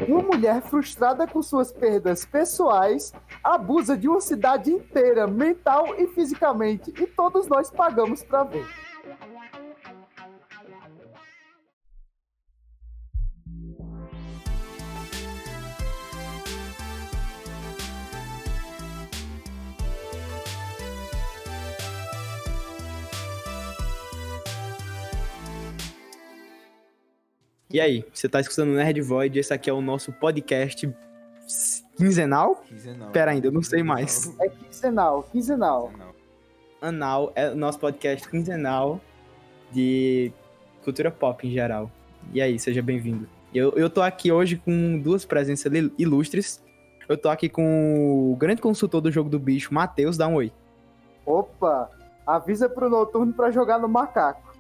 Uma mulher frustrada com suas perdas pessoais abusa de uma cidade inteira, mental e fisicamente, e todos nós pagamos pra ver. E aí, você tá escutando o Nerd Void, esse aqui é o nosso podcast quinzenal? Pera ainda, eu não sei mais. É quinzenal. Anal é o nosso podcast quinzenal de cultura pop em geral. E aí, seja bem-vindo. Eu tô aqui hoje com duas presenças ilustres. Eu tô aqui com o grande consultor do Jogo do Bicho, Matheus, dá um oi. Opa, avisa pro Noturno pra jogar no macaco.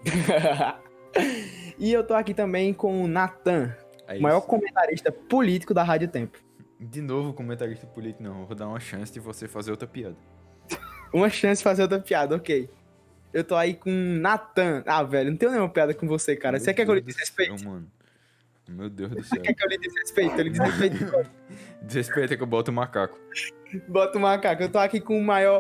E eu tô aqui também com o Natan, o maior comentarista político da Rádio Tempo. De novo, comentarista político, não. Eu vou dar uma chance de você fazer outra piada. Uma chance de fazer outra piada, ok. Eu tô aí com o Natan. Ah, velho, não tenho nenhuma piada com você, cara. Você quer que eu lhe desrespeite? Mano. Meu Deus do Você céu. quer que eu lhe desrespeite? Eu lhe desrespeito. Desrespeita que eu boto o macaco. Bota o macaco. Eu tô aqui com o maior...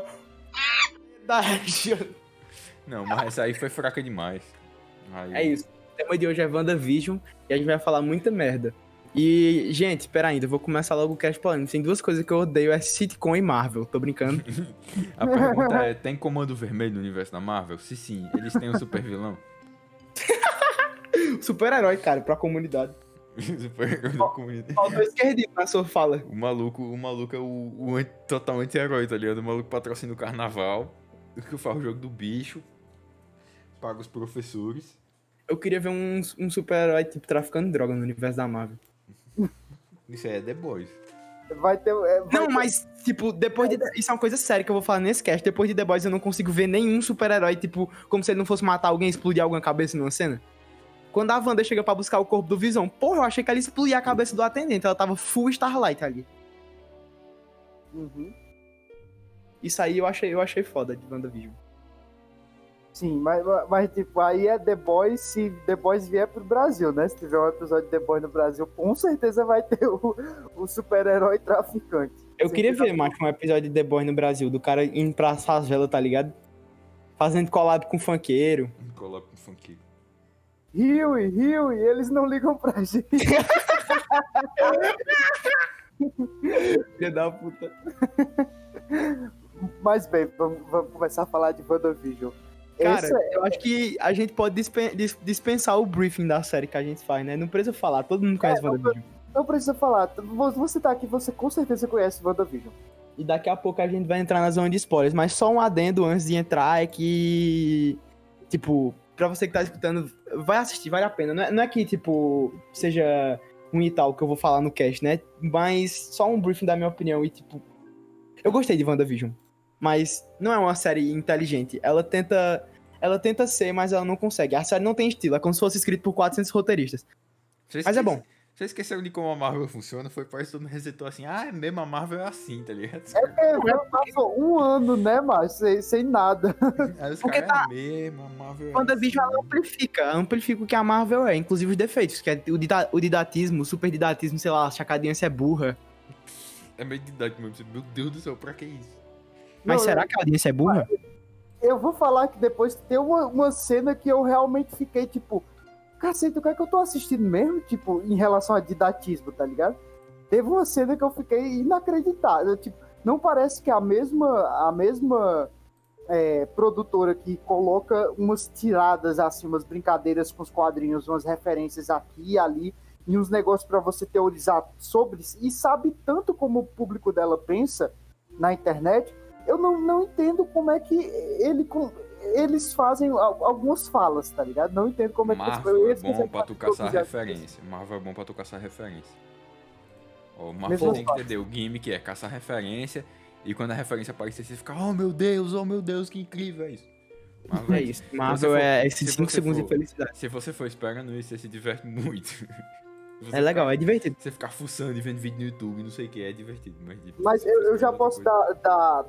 Não, mas essa aí foi fraca demais. Aí... É isso. O tema de hoje é WandaVision e a gente vai falar muita merda. E, gente, espera ainda, eu vou começar logo o cast falando. Tem duas coisas que eu odeio, é sitcom e Marvel. Tô brincando. A pergunta é, tem comando vermelho no universo da Marvel? Se sim, eles têm um super vilão? Super-herói, cara, pra comunidade. Super-herói da comunidade. Faltou esquerdinho na sua fala. O maluco é o totalmente herói, tá ligado? O maluco patrocina o carnaval, que faz o jogo do bicho, paga os professores. Eu queria ver um super-herói, tipo, traficando droga no universo da Marvel. Isso aí é The Boys. Vai ter. Não, mas, tipo, depois de... Isso é uma coisa séria que eu vou falar nesse cast. Depois de The Boys eu não consigo ver nenhum super-herói, tipo, como se ele não fosse matar alguém e explodir alguma cabeça numa cena. Quando a Wanda chega pra buscar o corpo do Visão, porra, eu achei que ela ia explodir a cabeça do atendente. Ela tava full Starlight ali. Uhum. Isso aí eu achei foda de WandaVision. Sim, mas tipo, aí é The Boys se The Boys vier pro Brasil, né? Se tiver um episódio de The Boys no Brasil, com certeza vai ter o super-herói traficante. Eu queria ver, macho, um episódio de The Boys no Brasil, do cara indo pra favela, tá ligado? Fazendo collab com funkeiro. Collab com funkeiro. Rio, eles não ligam pra gente. Filha da puta. Mas bem, vamos começar a falar de WandaVision. Cara, eu acho que a gente pode dispensar o briefing da série que a gente faz, né? Não precisa falar, todo mundo conhece WandaVision. Não precisa falar, você tá aqui, você com certeza conhece WandaVision. E daqui a pouco a gente vai entrar na zona de spoilers, mas só um adendo antes de entrar é que, tipo, pra você que tá escutando, vai assistir, vale a pena. Não é que, tipo, seja ruim e tal que eu vou falar no cast, né? Mas só um briefing da minha opinião e, tipo, eu gostei de WandaVision. Mas não é uma série inteligente. Ela tenta ser, mas ela não consegue. A série não tem estilo. É como se fosse escrito por 400 roteiristas. Mas é bom. Vocês esqueceram de como a Marvel funciona? Parece que todo mundo resetou assim. Ah, mesmo a Marvel é assim, tá ligado? Passou um ano, né, mas sem nada. Aí os Porque caras mesmo, a Marvel é WandaVision assim. ela amplifica o que a Marvel é, inclusive os defeitos, que é o didatismo, o super didatismo, sei lá, a chacadinha é burra. É meio didático mesmo. Meu Deus do céu, pra que isso? Mas será que a audiência é burra? Eu vou falar que depois tem uma cena que eu realmente fiquei, tipo, cacete, o que é que eu tô assistindo mesmo? Tipo, em relação a didatismo, tá ligado? Teve uma cena que eu fiquei inacreditável. Tipo, não parece que a mesma produtora que coloca umas tiradas assim, umas brincadeiras com os quadrinhos, umas referências aqui e ali, e uns negócios pra você teorizar sobre, e sabe tanto como o público dela pensa na internet. Eu não entendo como é que eles fazem algumas falas, tá ligado? Não entendo como Marvel é bom pra tu caçar referência. Marvel é bom pra tu caçar referência. O Marvel tem que entender. O gimmick é caçar referência, e quando a referência aparecer, você fica, oh meu Deus, que incrível é isso. Marvel é isso. Marvel é esses 5 segundos de felicidade. Se você for esperando isso, você se diverte muito. É legal, é divertido. Você ficar fuçando e vendo vídeo no YouTube, não sei o que, é divertido. Mas eu já posso dar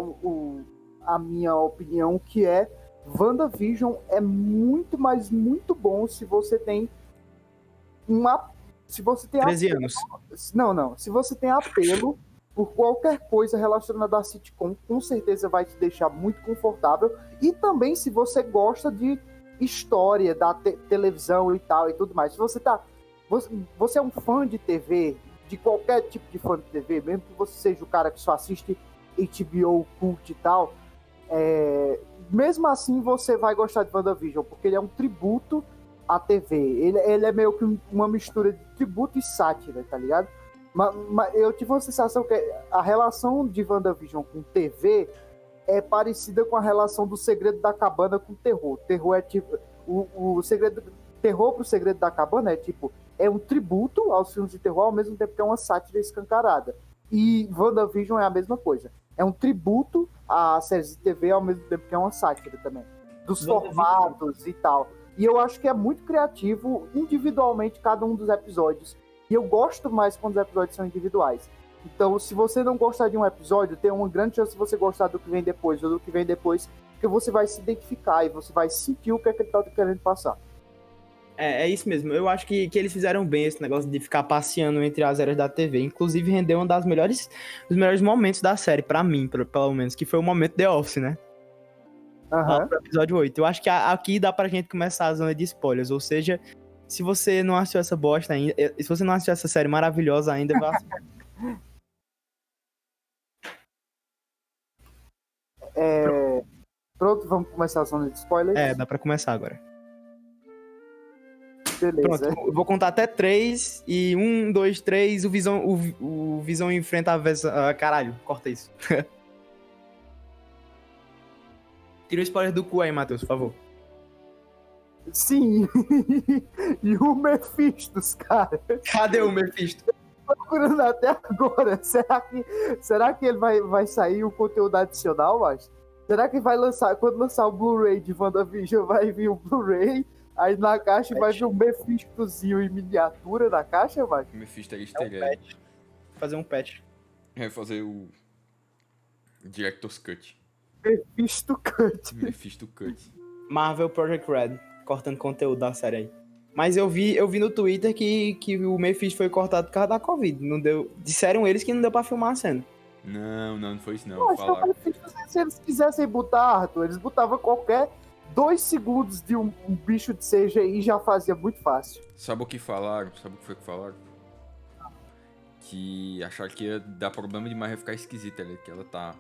a minha opinião, que é WandaVision é muito, mas muito bom se você tem uma Se você tem 13 apelo, anos. não. Se você tem apelo por qualquer coisa relacionada a sitcom, com certeza vai te deixar muito confortável. E também se você gosta de história da televisão e tal e tudo mais. Se você é um fã de TV, de qualquer tipo de fã de TV, mesmo que você seja o cara que só assiste HBO, cult e tal, mesmo assim você vai gostar de WandaVision, porque ele é um tributo à TV. Ele é meio que uma mistura de tributo e sátira, tá ligado? Mas eu tive uma sensação que a relação de WandaVision com TV é parecida com a relação do Segredo da Cabana com terror. Terror é tipo... Terror pro Segredo da Cabana é um tributo aos filmes de terror, ao mesmo tempo que é uma sátira escancarada. E WandaVision é a mesma coisa. É um tributo a séries de TV, ao mesmo tempo que é uma sátira também. Dos formatos e tal. E eu acho que é muito criativo, individualmente, cada um dos episódios. E eu gosto mais quando os episódios são individuais. Então, se você não gostar de um episódio, tem uma grande chance de você gostar do que vem depois, ou do que vem depois, porque você vai se identificar e você vai sentir o que é que ele tá querendo passar. É isso mesmo. Eu acho que eles fizeram bem esse negócio de ficar passeando entre as eras da TV. Inclusive, rendeu um dos melhores momentos da série, pra mim, pelo menos, que foi o momento The Office, né? Lá pro episódio 8. Eu acho que aqui dá pra gente começar a zona de spoilers. Ou seja, se você não assistiu essa bosta ainda, se você não assistiu essa série maravilhosa ainda, vá assistir. Pronto, vamos começar a zona de spoilers? Dá pra começar agora. Beleza. Pronto, eu vou contar até 3 e 1, 2, 3, o Visão enfrenta a versão... caralho, corta isso. Tira o spoiler do cu aí, Matheus, por favor. Sim. E o Mephistos, cara. Cadê o Mephisto? Procurando até agora. Será que ele vai sair um conteúdo adicional, mas? Será que vai lançar, quando lançar o Blu-ray de WandaVision, vai vir o Blu-ray, aí na caixa vai vir um Mephistozinho em miniatura na caixa, mas? O Mephisto é easter egg. Patch. Fazer um patch. Vai fazer o Director's Cut. Mephisto Cut. Mephisto Cut. Marvel Project Red, cortando conteúdo da série aí. Mas eu vi no Twitter que o Mephisto foi cortado por causa da Covid. Não deu... Disseram eles que não deu pra filmar a cena. Não foi isso não. Eu acho que se eles quisessem botar, Arthur, eles botavam qualquer 2 segundos de um bicho de CGI já fazia muito fácil. Sabe o que falaram? Sabe o que foi que falaram? Que acharam que ia dar problema demais, ia ficar esquisita ali, que ela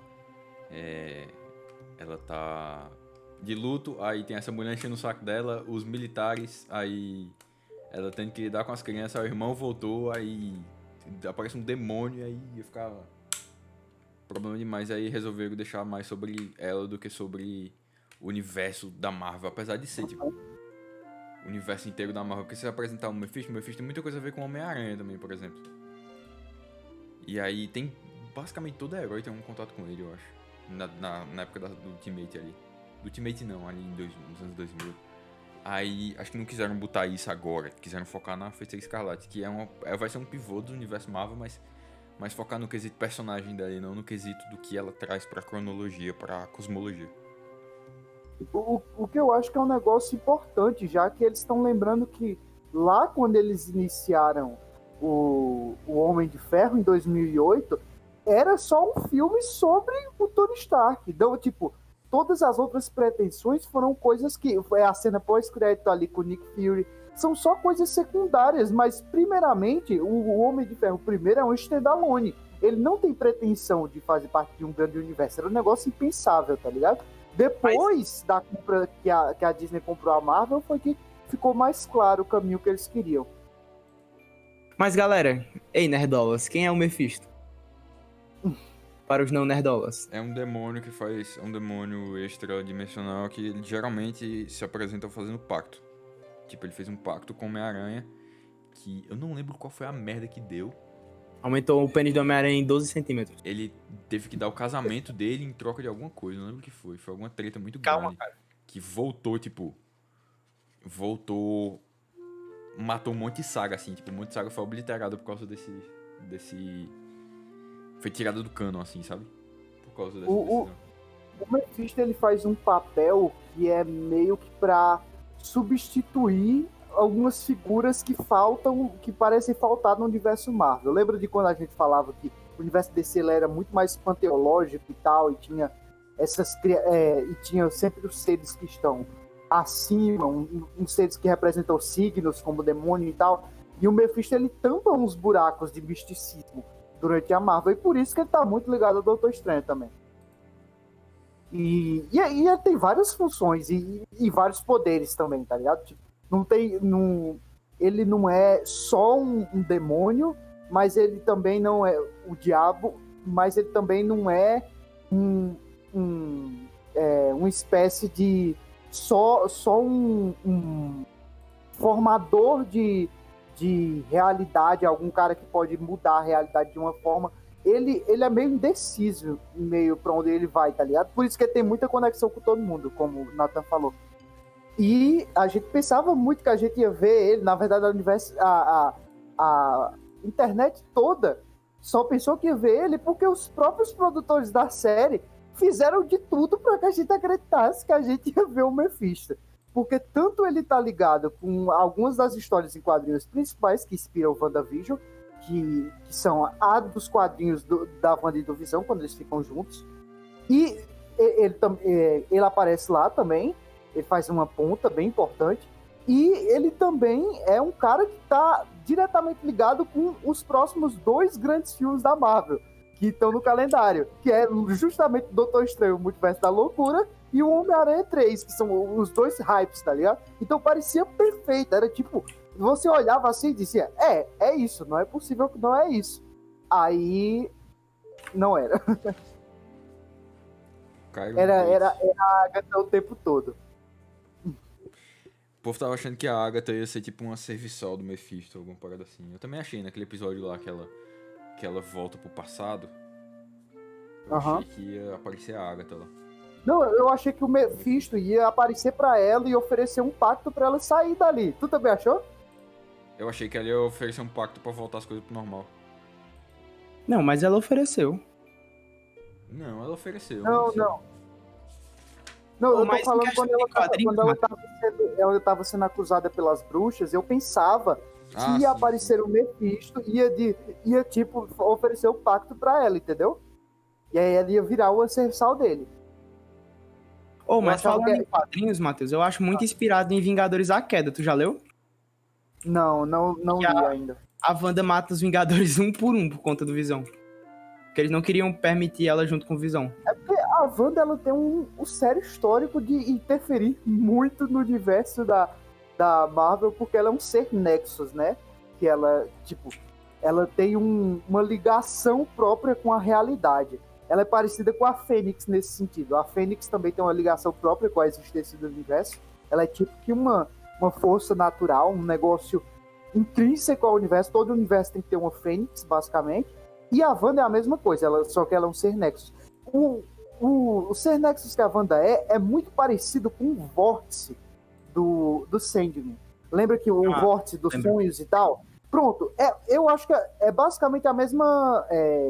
tá de luto, aí tem essa mulher enchendo o saco dela, os militares, aí ela tendo que lidar com as crianças, aí o irmão voltou, aí aparece um demônio, aí ia ficar problema demais, aí resolveram deixar mais sobre ela do que sobre o universo da Marvel, apesar de ser, tipo, o universo inteiro da Marvel, porque se você apresentar o Mephisto tem muita coisa a ver com o Homem-Aranha também, por exemplo. E aí tem, basicamente todo herói tem um contato com ele, eu acho, na época do Ultimate ali. Do Ultimate não, ali nos anos 2000. Aí, acho que não quiseram botar isso agora, quiseram focar na Feiticeira Escarlate, que vai ser um pivô do universo Marvel, mas focar no quesito personagem dela e não no quesito do que ela traz pra cronologia, pra cosmologia. O que eu acho que é um negócio importante, já que eles estão lembrando que lá quando eles iniciaram o Homem de Ferro, em 2008, era só um filme sobre o Tony Stark. Então, tipo, todas as outras pretensões foram coisas que... a cena pós-crédito ali com o Nick Fury, são só coisas secundárias, mas primeiramente, o Homem de Ferro primeiro é um standalone. Ele não tem pretensão de fazer parte de um grande universo. Era um negócio impensável, tá ligado? Depois da compra que a Disney comprou a Marvel, foi que ficou mais claro o caminho que eles queriam. Mas galera, ei nerdolas, quem é o Mephisto? Para os não nerdolas. É um demônio um demônio extradimensional que ele geralmente se apresenta fazendo pacto. Tipo, ele fez um pacto com o Homem-Aranha, que eu não lembro qual foi a merda que deu. Aumentou o pênis do Homem-Aranha em 12 centímetros. Ele teve que dar o casamento dele em troca de alguma coisa, não lembro o que foi. Foi alguma treta muito grande. Cara. Que voltou, matou um monte de saga, assim. Tipo, um monte de saga foi obliterado por causa desse... Foi tirado do cano, assim, sabe? Por causa dessa decisão. O Mephisto, ele faz um papel que é meio que pra substituir algumas figuras que faltam, que parecem faltar no universo Marvel. Lembra de quando a gente falava que o universo DC ele era muito mais panteológico e tal, e tinha e tinha sempre os seres que estão acima, uns seres que representam signos como demônio e tal. E o Mephisto ele tampa uns buracos de misticismo durante a Marvel, e por isso que ele tá muito ligado ao Doutor Estranho também. E ele tem várias funções e vários poderes também, tá ligado? Tipo, ele não é só um demônio, mas ele também não é o diabo, mas ele também não é uma espécie de só um formador de realidade, algum cara que pode mudar a realidade de uma forma. Ele é meio indeciso, meio pra onde ele vai, tá ligado? Por isso que ele tem muita conexão com todo mundo, como o Nathan falou. E a gente pensava muito que a gente ia ver ele, na verdade, a internet toda só pensou que ia ver ele porque os próprios produtores da série fizeram de tudo para que a gente acreditasse que a gente ia ver o Mephisto. Porque tanto ele tá ligado com algumas das histórias em quadrinhos principais que inspiram o WandaVision, que são a dos quadrinhos da Wanda e do Visão, quando eles ficam juntos. E ele aparece lá também, ele faz uma ponta bem importante. E ele também é um cara que tá diretamente ligado com os próximos 2 grandes filmes da Marvel, que estão no calendário, que é justamente Doutor Estranho, o Multiverso da Loucura, e o Homem-Aranha 3, que são os 2 hypes, tá ligado? Então parecia perfeito, era tipo, você olhava assim e dizia, é isso, não é possível que não é isso. Aí, não era. Era a Agatha o tempo todo. O povo tava achando que a Agatha ia ser tipo uma serviçal do Mephisto, alguma parada assim. Eu também achei naquele episódio lá que ela volta pro passado. Eu achei que ia aparecer a Agatha lá. Não, eu achei que o Mephisto ia aparecer pra ela e oferecer um pacto pra ela sair dali. Tu também achou? Eu achei que ela ia oferecer um pacto pra voltar as coisas pro normal. Não, mas ela ofereceu. Não, ela ofereceu. Não, eu tô mas falando quando ela tava sendo acusada pelas bruxas, eu pensava que ia aparecer o Mephisto e ia tipo, oferecer o pacto pra ela, entendeu? E aí ela ia virar o serviçal dele. Mas falando em quadrinhos, Matheus, eu acho muito inspirado em Vingadores A Queda. Tu já leu? Não li ainda. A Wanda mata os Vingadores um por conta do Visão. Porque eles não queriam permitir ela junto com o Visão. É porque a Wanda ela tem um sério histórico de interferir muito no universo da Marvel, porque ela é um ser Nexus, né? Que ela, tipo, ela tem uma ligação própria com a realidade. Ela é parecida com a Fênix nesse sentido. A Fênix também tem uma ligação própria com a existência do universo. Ela é tipo que uma força natural, um negócio intrínseco ao universo. Todo o universo tem que ter uma Fênix, basicamente. E a Wanda é a mesma coisa, só que ela é um ser Nexus. O ser Nexus que a Wanda é muito parecido com o vórtice do Sandman. Lembra que o vórtice dos sonhos e tal? Pronto, eu acho que é basicamente a mesma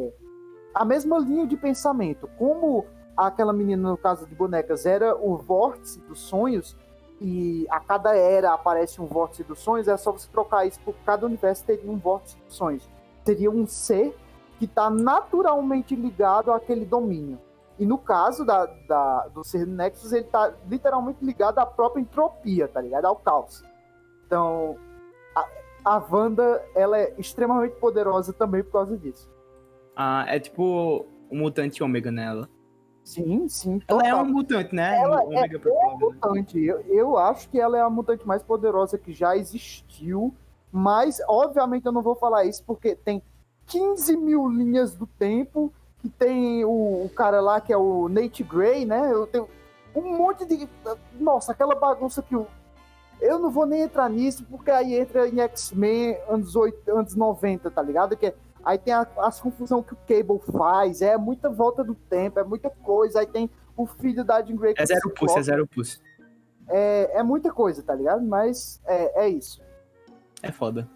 linha de pensamento. Como aquela menina no Casa de Bonecas era o vórtice dos sonhos, e a cada era aparece um vórtice dos sonhos, é só você trocar isso por cada universo teria um vórtice dos sonhos. Seria um ser que está naturalmente ligado àquele domínio. E no caso do ser Nexus, ele está literalmente ligado à própria entropia, tá ligado? Ao caos. Então, a Wanda, ela é extremamente poderosa também por causa disso. É tipo o mutante ômega nela. Sim. Ela é uma mutante, né? Ela é uma mutante. Eu acho que ela é a mutante mais poderosa que já existiu. Mas, obviamente, eu não vou falar isso porque tem 15 mil linhas do tempo. Que tem o cara lá que é o Nate Gray, né? Eu tenho um monte de... Nossa, aquela bagunça que eu não vou nem entrar nisso, porque aí entra em X-Men anos 90, tá ligado? Aí tem as confusões que o Cable faz, é muita volta do tempo, é muita coisa. Aí tem o filho da Jean Grey. É zero puss. É muita coisa, tá ligado? Mas é isso. É foda.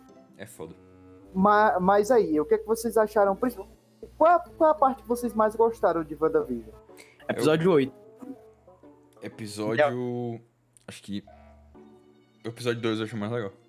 Mas aí, o que é que vocês acharam? Qual é a parte que vocês mais gostaram de WandaVision? Episódio 8. Acho que... O episódio 2 eu acho mais legal.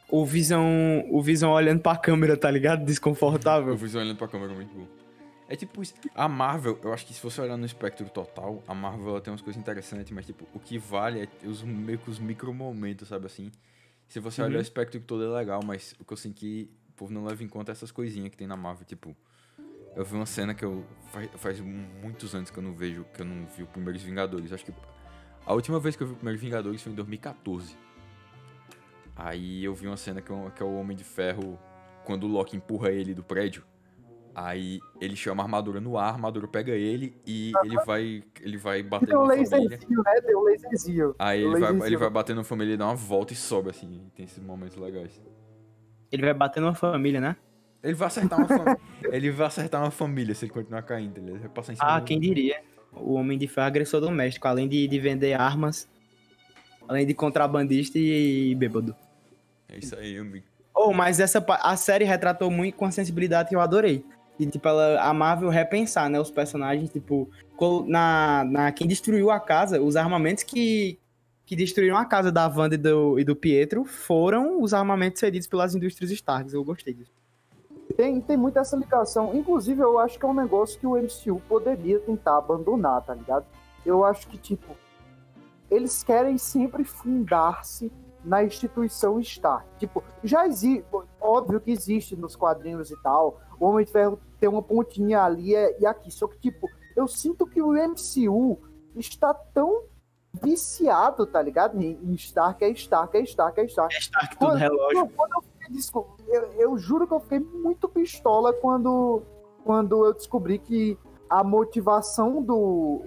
O Visão olhando pra câmera, tá ligado? O Desconfortável. Visão olhando pra câmera é muito bom. É tipo isso. A Marvel, eu acho que se você olhar no espectro total, a Marvel ela tem umas coisas interessantes, mas tipo, o que vale é meio que os micro momentos, sabe assim? Se você olhar o espectro todo é legal, mas o que eu sinto que o povo não leva em conta é essas coisinhas que tem na Marvel, tipo... Eu vi uma cena que faz muitos anos que eu não vi o Primeiros Vingadores. Acho que a última vez que eu vi o Primeiros Vingadores foi em 2014. Aí eu vi uma cena que é o Homem de Ferro, quando o Loki empurra ele do prédio. Aí ele chama a armadura no ar, a armadura pega ele e ele vai bater Deu um na família. laserzinho, né? Deu um laserzinho. Aí ele vai bater na família e dá uma volta e sobe, assim. Tem esses momentos legais. Ele vai bater numa família, né? Ele vai acertar uma família se ele continuar caindo. Ele vai passar em cima Quem diria? O Homem de Ferro é agressor doméstico, além de vender armas, além de contrabandista e bêbado. É isso aí, amigo. Mas a série retratou muito com a sensibilidade que eu adorei. E, tipo, a Marvel repensar, né, os personagens, tipo, quem destruiu a casa, os armamentos que destruíram a casa da Wanda e do Pietro foram os armamentos cedidos pelas indústrias Stark. Eu gostei disso. Tem muita essa ligação. Inclusive, eu acho que é um negócio que o MCU poderia tentar abandonar, tá ligado? Eu acho que, tipo, eles querem sempre fundar-se na instituição Stark. Tipo, já existe, óbvio que existe nos quadrinhos e tal, o Homem de Ferro tem uma pontinha ali e aqui, só que, tipo, eu sinto que o MCU está tão viciado, tá ligado? Em Stark, é Stark. É Stark tudo relógio. Eu juro que eu fiquei muito pistola quando eu descobri que a motivação do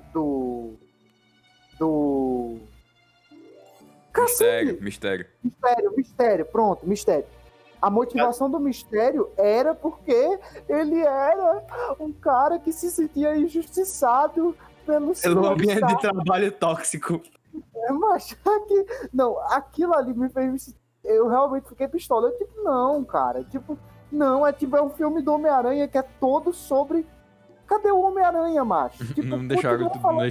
Mistério, pronto, Mistério. A motivação do Mistério era porque ele era um cara que se sentia injustiçado pelo ambiente de trabalho tóxico. Mas não, aquilo ali me fez... Eu realmente fiquei pistola. Eu, tipo, não, cara. Tipo, não, é um filme do Homem-Aranha que é todo sobre... Cadê o Homem-Aranha, macho? Tipo, não deixaram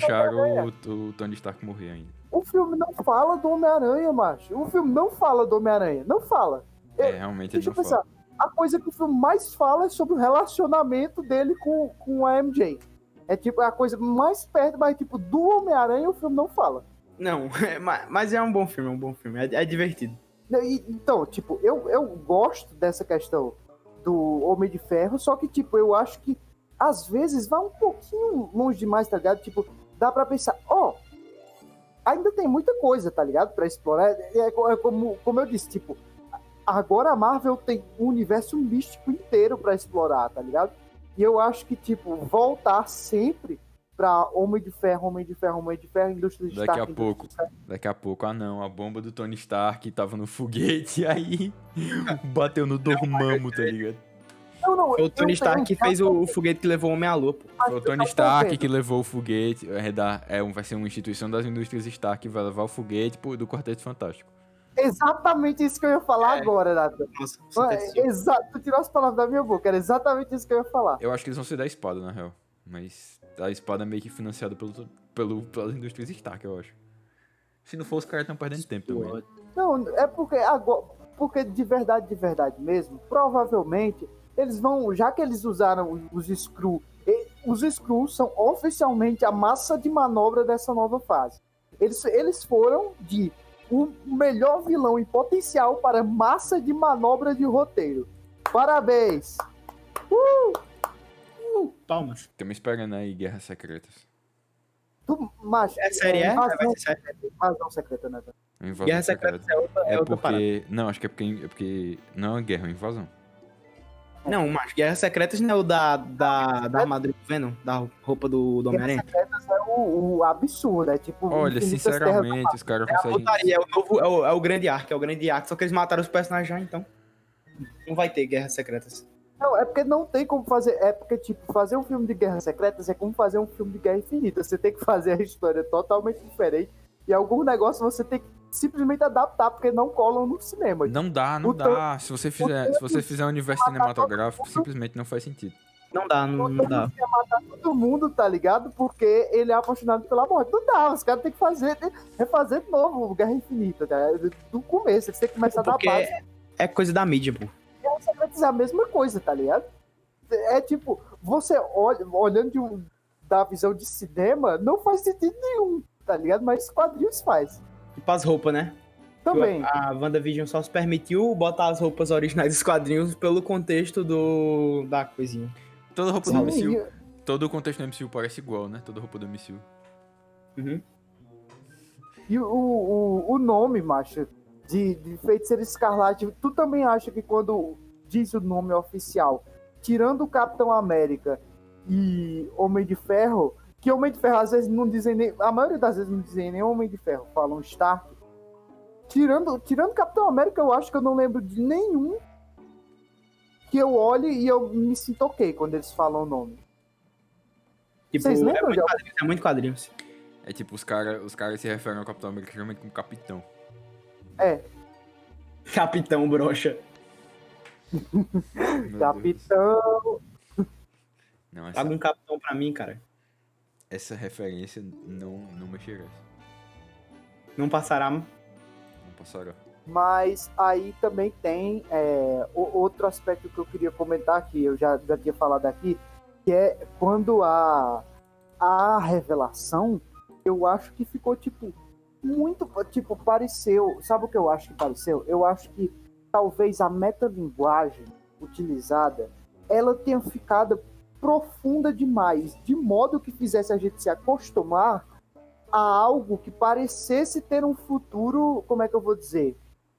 o Tony Stark morrer ainda. O filme não fala do Homem-Aranha, macho. O filme não fala do Homem-Aranha. Não fala. Realmente ele não pensar. fala. A coisa que o filme mais fala é sobre o relacionamento dele com a MJ. É tipo, a coisa mais perto, mas tipo, do Homem-Aranha o filme não fala. Não, mas é um bom filme, é divertido. Então, tipo, eu gosto dessa questão do Homem de Ferro, só que, tipo, eu acho que às vezes vai um pouquinho longe demais, tá ligado? Tipo, dá pra pensar, ainda tem muita coisa, tá ligado? Pra explorar. Como eu disse, tipo, agora a Marvel tem um universo místico inteiro pra explorar, tá ligado? E eu acho que, tipo, voltar sempre pra Homem de Ferro, indústria de Stark. Daqui a pouco, a bomba do Tony Stark tava no foguete e aí bateu no Dormammu, tá ligado? Não, foi o Tony Stark que fez o foguete que levou o Homem à Lua, pô. Foi o Tony Stark que levou o foguete, vai ser uma instituição das indústrias Stark que vai levar o foguete do Quarteto Fantástico. Exatamente isso que eu ia falar agora, Nathan. Nossa, exato, tu tirou as palavras da minha boca, era exatamente isso que eu ia falar. Eu acho que eles vão ser da espada, na real. Mas a espada é meio que financiada pelas indústrias Stark, eu acho. Se não for, os caras estão perdendo tempo também. Não, é porque de verdade mesmo, provavelmente, eles vão, já que eles usaram os Skrulls são oficialmente a massa de manobra dessa nova fase. Eles foram de o melhor vilão em potencial para massa de manobra de roteiro. Parabéns! Palmas. Estamos esperando aí Guerras Secretas. Mas série vai ser série. Invasão secreta, né? Guerra Secreta é outra porque... Não, acho que é porque... Não é guerra, é invasão. Não, mas Guerras Secretas não é o da armadura do Venom, da roupa do Homem-Aranha. Guerras Secretas é o absurdo, é tipo... Olha, sinceramente, os caras conseguem... É o grande arco, só que eles mataram os personagens já, então. Não vai ter Guerras Secretas. Não, é porque não tem como fazer... É porque, tipo, fazer um filme de Guerras Secretas é como fazer um filme de Guerra Infinita. Você tem que fazer a história totalmente diferente e algum negócio você tem que simplesmente adaptar, porque não colam no cinema. Não dá. Se você fizer um universo cinematográfico, simplesmente não faz sentido. Não dá. Você ia matar todo mundo, tá ligado? Porque ele é apaixonado pela morte. Não dá, os caras têm que refazer de novo Guerra Infinita, tá? Do começo, eles têm que começar da base. é coisa da mídia, pô. Você vai dizer a mesma coisa, tá ligado? É tipo, você olhando da visão de cinema, não faz sentido nenhum, tá ligado? Mas quadrinhos faz. Tipo as roupas, né? Também. A WandaVision só se permitiu botar as roupas originais dos quadrinhos pelo contexto da coisinha. Toda roupa do Sim, MCU. Todo o contexto do MCU parece igual, né? Toda roupa do MCU. Uhum. E o nome, macho, de Feiticeiro Escarlate, tu também acha que quando diz o nome oficial, tirando o Capitão América e Homem de Ferro, que Homem de Ferro às vezes não dizem nem, a maioria das vezes não dizem nem Homem de Ferro, falam Stark. Tirando Capitão América, eu acho que eu não lembro de nenhum que eu olhe e eu me sinto ok quando eles falam o nome. Tipo, Vocês lembram de é muito quadrinhos. É tipo, os caras se referem ao Capitão América geralmente como Capitão. É, Capitão Brocha. Meu Capitão. Deus. Não, Paga um capitão pra mim, cara. essa referência não mexerá. Não passará. Não passará. Mas aí também tem outro aspecto que eu queria comentar, que eu já tinha falado aqui, que é quando a revelação, eu acho que ficou, tipo, muito, tipo, pareceu, sabe o que eu acho que pareceu? Eu acho que talvez a metalinguagem utilizada, ela tenha ficado profunda demais, de modo que fizesse a gente se acostumar a algo que parecesse ter um futuro, como é que eu vou dizer?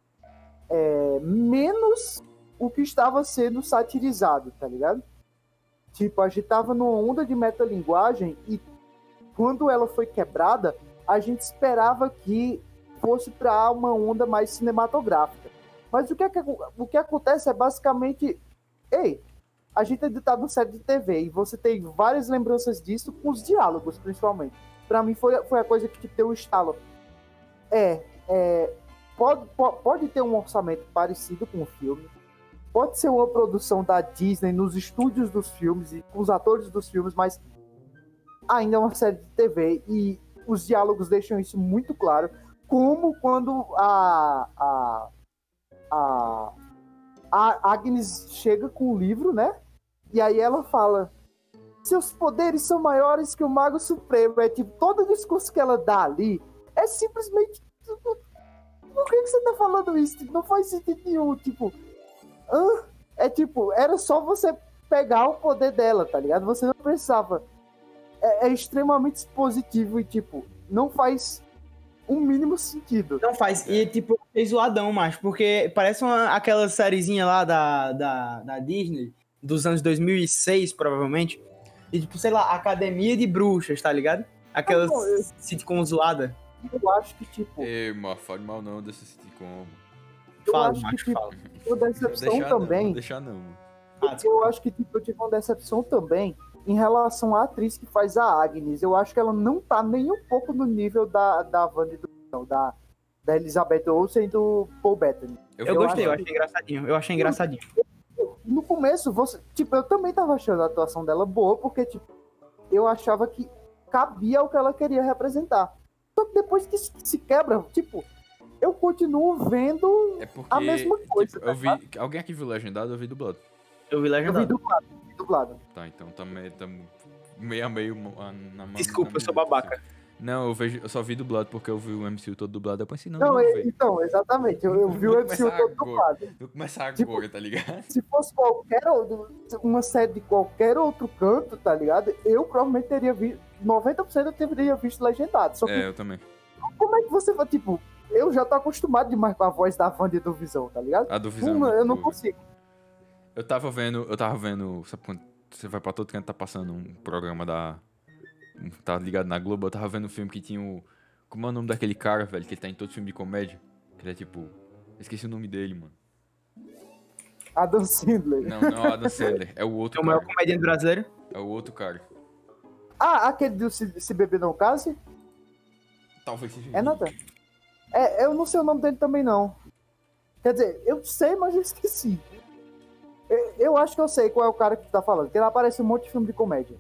Menos o que estava sendo satirizado, tá ligado? Tipo, a gente tava numa onda de metalinguagem e quando ela foi quebrada, a gente esperava que fosse para uma onda mais cinematográfica. Mas o que acontece é basicamente, a gente é editado numa série de TV e você tem várias lembranças disso com os diálogos, principalmente. Para mim foi a coisa que deu o estalo. Pode ter um orçamento parecido com o filme, pode ser uma produção da Disney nos estúdios dos filmes e com os atores dos filmes, mas ainda é uma série de TV e os diálogos deixam isso muito claro, como quando a Agnes chega com o livro, né? E aí ela fala: seus poderes são maiores que o Mago Supremo. É tipo, todo o discurso que ela dá ali é simplesmente... Por que você tá falando isso? Tipo, não faz sentido nenhum. Tipo, é tipo, era só você pegar o poder dela, tá ligado? Você não precisava. É extremamente expositivo e, tipo, não faz o mínimo sentido. Não faz. E, tipo, é zoadão, macho, porque parece aquela sériezinha lá da Disney, dos anos 2006, provavelmente. E, tipo, sei lá, Academia de Bruxas, tá ligado? Aquelas sitcom zoada. Eu acho que, tipo... Ei, mano, fale mal não desse sitcom. Fala, macho, que, fala. Uma decepção também... Não deixar não, mano. Eu acho que, tipo, eu tive uma decepção também em relação à atriz que faz a Agnes. Eu acho que ela não tá nem um pouco no nível da Wanda da Elizabeth Olsen e do Paul Bettany. Eu gostei, eu achei engraçadinho. Eu achei engraçadinho. No começo, eu também tava achando a atuação dela boa, porque, tipo, eu achava que cabia o que ela queria representar. Só que depois que se quebra, tipo, eu continuo vendo a mesma coisa. Tipo, eu vi... Alguém aqui viu legendado? Eu vi dublado. Eu vi legendado. Eu vi dublado. Tá, então também meio a meio na Desculpa, eu sou babaca. Não, eu só vi dublado porque eu vi o MCU todo dublado. Eu pensei, não ver. Então, exatamente. Eu vi o MCU todo dublado. Vou começar agora, Tipo, tá ligado? Se fosse uma série de qualquer outro canto, tá ligado? Eu provavelmente teria visto... 90% eu teria visto legendado. Só que, eu também. Como é que você vai, tipo... Eu já tô acostumado demais com a voz da Wanda e do Visão, tá ligado? A do Visão. Eu não consigo. Eu tava vendo, sabe quando você vai pra todo canto, tá passando um programa tá ligado na Globo, eu tava vendo um filme que tinha o... Como é o nome daquele cara, velho, que ele tá em todo filme de comédia? Que ele é tipo... Eu esqueci o nome dele, mano. Adam Sandler. Não é o Adam Sandler, é o outro É o cara. maior comediante brasileiro? É o outro cara. Aquele do Se Beber Não Case? Talvez seja É Nathan. Eu não sei o nome dele também, não. Quer dizer, eu sei, mas eu esqueci. Eu acho que eu sei qual é o cara que tu tá falando, porque ele aparece em um monte de filme de comédia.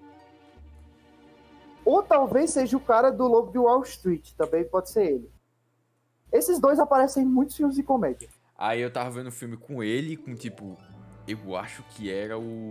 Ou talvez seja o cara do Lobo de Wall Street, também pode ser ele. Esses dois aparecem em muitos filmes de comédia. Aí eu tava vendo o filme com ele, com tipo, eu acho que era o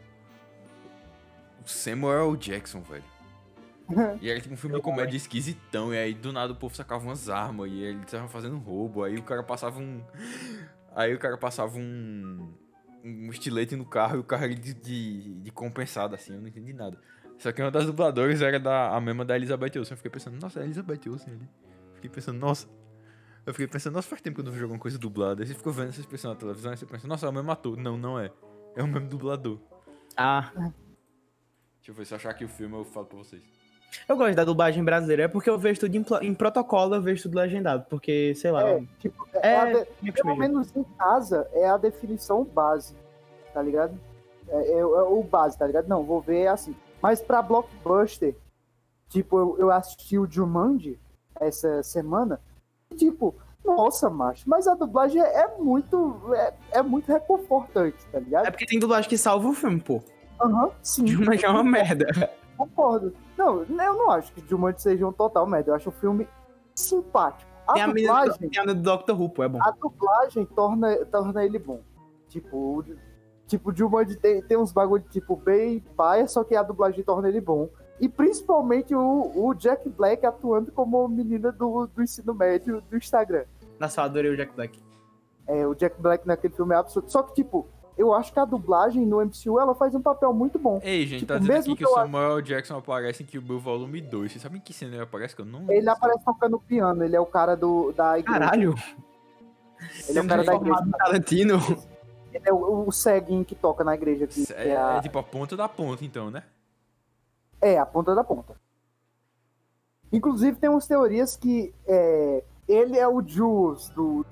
Samuel Jackson, velho. E era tipo um filme de comédia esquisitão, e aí do nada o povo sacava umas armas, e eles estavam fazendo roubo, aí o cara passava um... Aí o cara passava um estilete no carro, e o carro era de compensado, assim, eu não entendi nada. Só que uma das dubladoras era a mesma da Elizabeth Olsen, eu fiquei pensando, nossa, é a Elizabeth Olsen ali. Fiquei pensando, nossa, faz tempo que eu não vejo alguma coisa dublada. Aí você ficou vendo essas pessoas na televisão, e você pensa, nossa, é o mesmo ator. Não, não é. É o mesmo dublador. Ah, Deixa eu ver, se eu achar aqui o filme, eu falo pra vocês. eu gosto da dublagem brasileira, é porque eu vejo tudo em protocolo, eu vejo tudo legendado, porque, sei lá... Tipo, me pelo acostumei. menos em casa é a definição base, tá ligado? É o base, tá ligado? Não, vou ver assim. Mas pra blockbuster, tipo, eu assisti o Jumanji essa semana, e, tipo, nossa, macho, mas a dublagem é muito reconfortante, tá ligado? É porque tem dublagem que salva o filme, pô. Aham, sim. Jumanji é uma merda. Concordo. Não, eu não acho que Jumanji seja um total merda. Eu acho o filme simpático. Tem a menina do Doctor Who, pô, é bom. A dublagem torna ele bom. Tipo, o Jumanji tem uns bagulho tipo bem paia, só que a dublagem torna ele bom. E principalmente o Jack Black atuando como menina do ensino médio do Instagram. Nossa, eu adorei o Jack Black. O Jack Black naquele filme é absurdo. Só que, tipo, eu acho que a dublagem no MCU ela faz um papel muito bom. Ei, gente, tipo, tá dizendo aqui que o Samuel Jackson aparece em Kill Bill Volume 2. Vocês sabem que cena ele aparece que eu não... Ele aparece tocando piano, ele é o cara da igreja. Caralho! Ele é o cara da igreja. Tarantino. Ele é o ceguinho que toca na igreja aqui. É tipo a ponta da ponta, então, né? É, a ponta da ponta. Inclusive, tem umas teorias que ele é o Jules do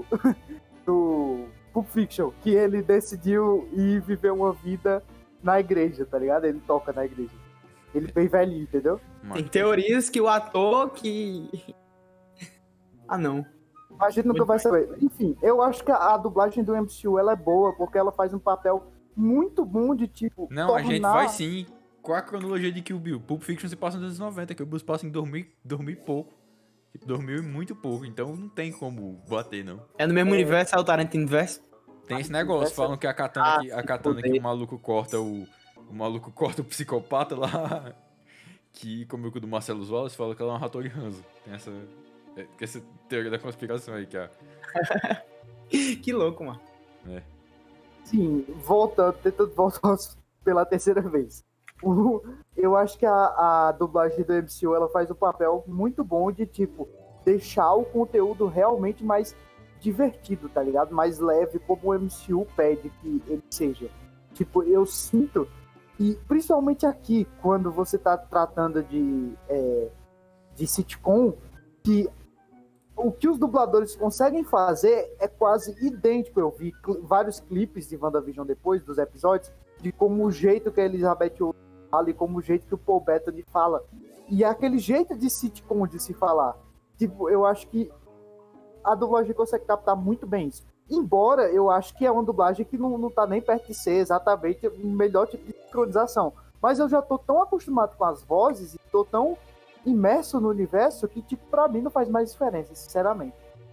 Pulp Fiction, que ele decidiu ir viver uma vida na igreja, tá ligado? Ele toca na igreja. Ele bem velhinho, entendeu? Tem teorias que o ator que... Ah, não. A gente nunca vai saber. Enfim, eu acho que a dublagem do MCU ela é boa, porque ela faz um papel muito bom de, tipo... Não, a gente vai sim. Qual a cronologia de Kill Bill? Pulp Fiction se passa nos anos 90, Kill Bill se passa em 2000 e pouco. Tipo, 2000 e muito pouco, então não tem como bater, não. É no mesmo universo, é o Tarantino verso? Tem esse negócio, falam que a katana que o maluco corta o maluco corta o psicopata lá, que comeu com o do Marcelo Wallace, fala que ela é uma Hattori Hanzo. Tem essa teoria da conspiração aí, que é... Que louco, mano. É. Sim, tentando voltar pela terceira vez. Eu acho que a dublagem do MCU ela faz um papel muito bom de, tipo, deixar o conteúdo realmente mais divertido, tá ligado? Mais leve, como o MCU pede que ele seja. Tipo, eu sinto, e principalmente aqui, quando você tá tratando de sitcom, que o que os dubladores conseguem fazer é quase idêntico. Eu vi vários clipes de WandaVision depois dos episódios, de como o jeito que a Elizabeth fala e como o jeito que o Paul Bettany fala. E é aquele jeito de sitcom de se falar. Tipo, eu acho que a dublagem consegue captar muito bem isso. Embora eu acho que é uma dublagem que não tá nem perto de ser exatamente o melhor tipo de sincronização. Mas eu já tô tão acostumado com as vozes e tô tão imerso no universo que, tipo, pra mim não faz mais diferença, sinceramente.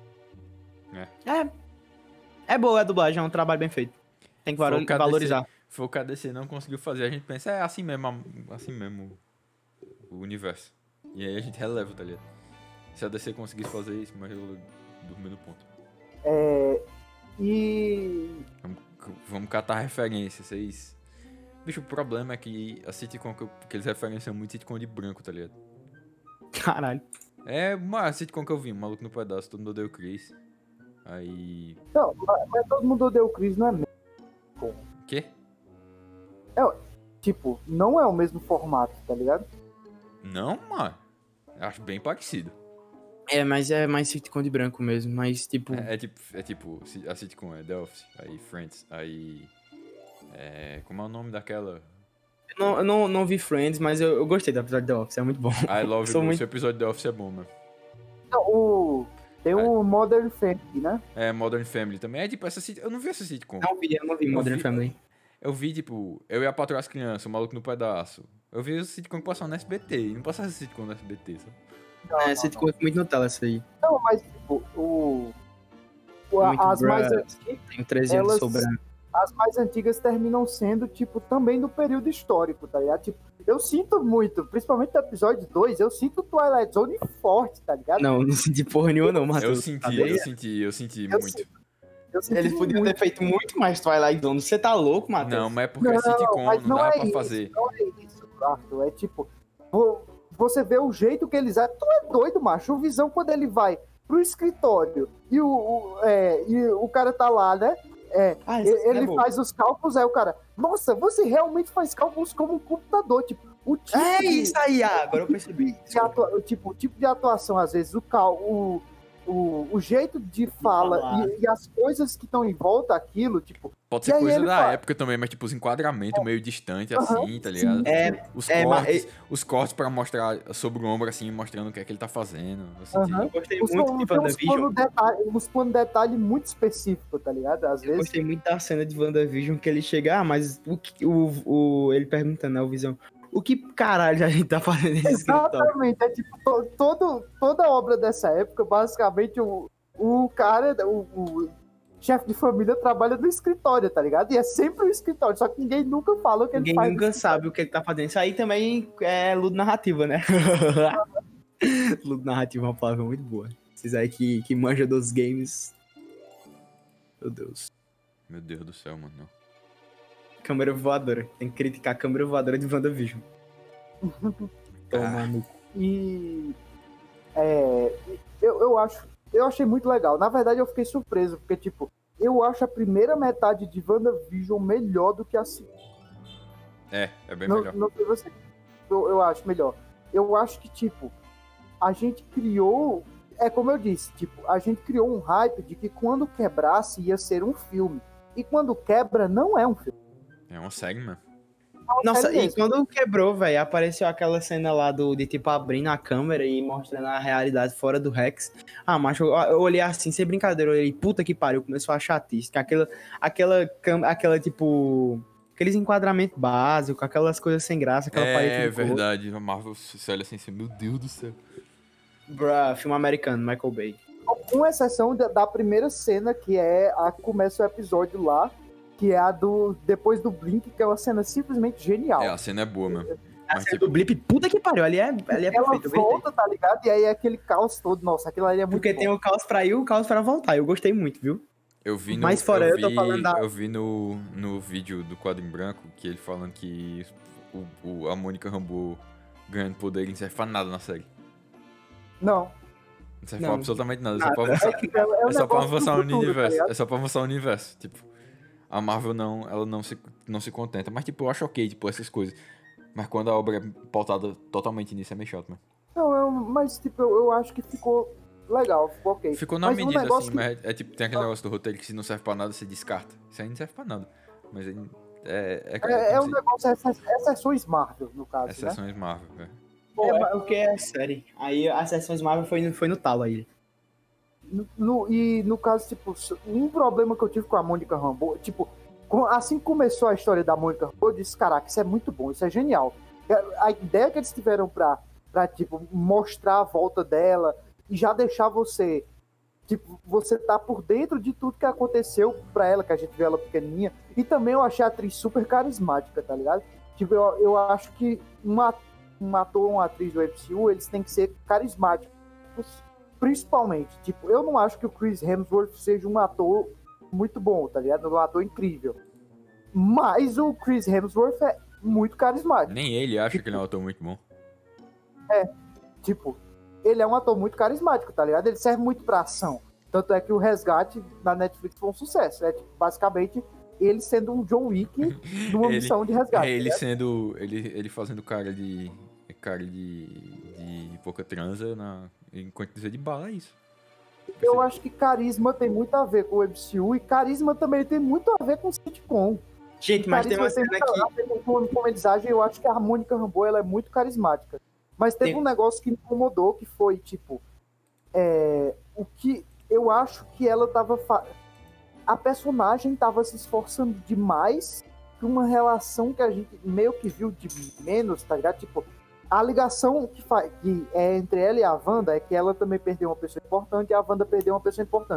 É boa a dublagem, é um trabalho bem feito. Tem que valorizar. Foi o que a DC não conseguiu fazer, a gente pensa, é assim mesmo o universo. E aí a gente releva, tá ligado? Se a DC conseguisse fazer isso, mas eu dormi no ponto. Vamos catar referência, vocês... Bicho, o problema é que a sitcom que eles referenciam muito sitcom de branco, tá ligado? Caralho. É uma sitcom que eu vi, Maluco no Pedaço, Todo Mundo Odeia o Chris. Aí... Não, mas Todo Mundo Odeia o Chris não é mesmo. O quê? Tipo, não é o mesmo formato, tá ligado? Não, mano. Eu acho bem parecido. Mas é mais sitcom de branco mesmo, mas tipo... É tipo, a sitcom é The Office, aí Friends, aí... como é o nome daquela? Eu não vi Friends, mas eu gostei do episódio de The Office, é muito bom. I Love You, esse episódio de The Office é bom, mano. Não, tem o Modern Family, né? Modern Family também. É tipo, eu não vi essa sitcom. Eu não vi Modern Family. Eu vi, tipo, Eu e a Patroa as Crianças, o Maluco no Pedaço. Eu vi essa sitcom que passava no SBT, e não passava essa sitcom no SBT, sabe? Sitcom muito Nutella, essa aí. Não, mas, tipo, as mais bruh. antigas, Tem 13 anos elas- sobrando. as mais antigas terminam sendo, tipo, também do período histórico, tá ligado? Tipo, eu sinto muito, principalmente no episódio 2, eu sinto o Twilight Zone forte, tá ligado? Não senti porra nenhuma, não, Matheus. Eu senti Eu muito. sinto. Eu senti Eles podiam muito. ter feito muito mais Twilight Zone. Você tá louco, Matheus? Não, mas é porque é sitcom, mas não dava pra isso, fazer. Não é isso, Arthur. É tipo, você vê o jeito que eles... Tu é doido, macho. O Visão, quando ele vai pro escritório e o cara tá lá, né? Ele bom. faz os cálculos, aí o cara... Nossa, você realmente faz cálculos como um computador. Tipo, o tipo É de- isso aí, agora eu percebi. o tipo de atuação, às vezes, o jeito de fala falar. e as coisas que estão em volta daquilo, tipo... Pode E ser aí coisa ele da fala- época também, mas tipo, os enquadramentos meio distante, Aham, assim, tá ligado? sim. Os cortes pra mostrar sobre o ombro, assim, mostrando o que é que ele tá fazendo. Eu senti. Aham. Eu gostei Os muito de tem WandaVision. uns planos de detalhe muito específicos, tá ligado? Às Eu vezes. gostei muito da cena de WandaVision que ele chega, mas ele perguntando, né, o Visão, o que caralho a gente tá fazendo nesse escritório? Exatamente. É tipo, toda obra dessa época, basicamente, o cara, o chefe de família trabalha no escritório, tá ligado? E é sempre o escritório, só que ninguém nunca fala o que Ninguém ele faz. nunca sabe o que ele tá fazendo. Isso aí também é ludo narrativa, né? Ludo narrativa é uma palavra muito boa. Vocês aí que manjam dos games. Meu Deus. Meu Deus do céu, mano. Não. Câmera voadora. Tem que criticar a câmera voadora de WandaVision. Toma no cu. E eu achei muito legal. Na verdade, eu fiquei surpreso, porque, tipo, eu acho a primeira metade de WandaVision melhor do que a segunda. É bem Não, melhor. não sei você. Eu acho melhor. Eu acho que, tipo, a gente criou. É como eu disse, tipo, a gente criou um hype de que quando quebrasse ia ser um filme. E quando quebra, não é um filme. É uma série, mano. Nossa, série e mesmo. quando quebrou, velho, apareceu aquela cena lá de tipo abrindo a câmera e mostrando a realidade fora do Rex. Ah, macho, eu olhei assim, sem brincadeira, eu olhei, puta que pariu, começou a chatice. Aquela tipo. Aqueles enquadramentos básicos, aquelas coisas sem graça, aquela parede É de cor. verdade. A Marvel se olha assim, meu Deus do céu. Bruh, filme americano, Michael Bay. Com exceção da primeira cena, que é a que começa o episódio lá, que é a do depois do Blink, que é uma cena simplesmente genial. É, a cena é boa mesmo. A Mas, cena tipo, do Blip, puta que pariu, ali é Ela perfeito, eu gostei. volta, tá ligado? E aí é aquele caos todo. Nossa, aquilo ali é muito Porque bom. tem o caos pra ir e o caos pra voltar, eu gostei muito, viu? eu vi no, Mas fora, eu tô falando da- eu vi no vídeo do quadro em branco que ele falando que a Mônica Rambeau ganhando poder não serve pra nada na série. Não. Não serve Não, pra absolutamente nada. nada. É só pra avançar, É um é só pra negócio do avançar o futuro, tá universo. ligado? É só pra avançar o universo. Tipo, a Marvel ela não se contenta. Mas, tipo, eu acho ok, tipo, essas coisas. Mas quando a obra é pautada totalmente nisso, é meio chato, mano. Não, mas tipo, eu acho que ficou legal, ficou ok. Ficou na Mas um medida, negócio assim, mas é tipo, tem aquele negócio do roteiro que se não serve pra nada, você descarta. Isso aí não serve pra nada. Mas ele É um negócio, exceções Marvel, no caso, né? exceções Marvel, velho. É porque é série. Aí as sessões Marvel foi no talo aí. E no caso, tipo, um problema que eu tive com a Mônica Rambeau, tipo, assim que começou a história da Mônica Rambeau, eu disse, caraca, isso é muito bom, isso é genial. A ideia que eles tiveram pra tipo, mostrar a volta dela e já deixar você, tipo, você tá por dentro de tudo que aconteceu pra ela, que a gente viu ela pequenininha. E também eu achei a atriz super carismática, tá ligado? Tipo, eu acho que um ator ou uma atriz do MCU, eles têm que ser carismáticos. Principalmente, tipo, eu não acho que o Chris Hemsworth seja um ator muito bom, tá ligado? Um ator incrível. Mas o Chris Hemsworth é muito carismático. Nem ele acha que ele é um ator muito bom. Tipo, ele é um ator muito carismático, tá ligado? Ele serve muito pra ação. Tanto é que o Resgate na Netflix foi um sucesso. É tipo, basicamente ele sendo um John Wick numa missão de resgate. É ele tá sendo. Ele fazendo cara de pouca transa enquanto dizer de bala, é isso. Eu acho que carisma tem muito a ver com o MCU e carisma também tem muito a ver com sitcom. Gente, mas tem uma cena muito aqui. a ver com comedizagem. Eu acho que a Mônica Rambeau ela é muito carismática. Mas teve Tem- um negócio que me incomodou, que foi, tipo, o que eu acho que ela tava... A personagem tava se esforçando demais pra uma relação que a gente meio que viu de menos, tá ligado? Tipo, a ligação que é entre ela e a Wanda é que ela também perdeu uma pessoa importante e a Wanda perdeu uma pessoa importante.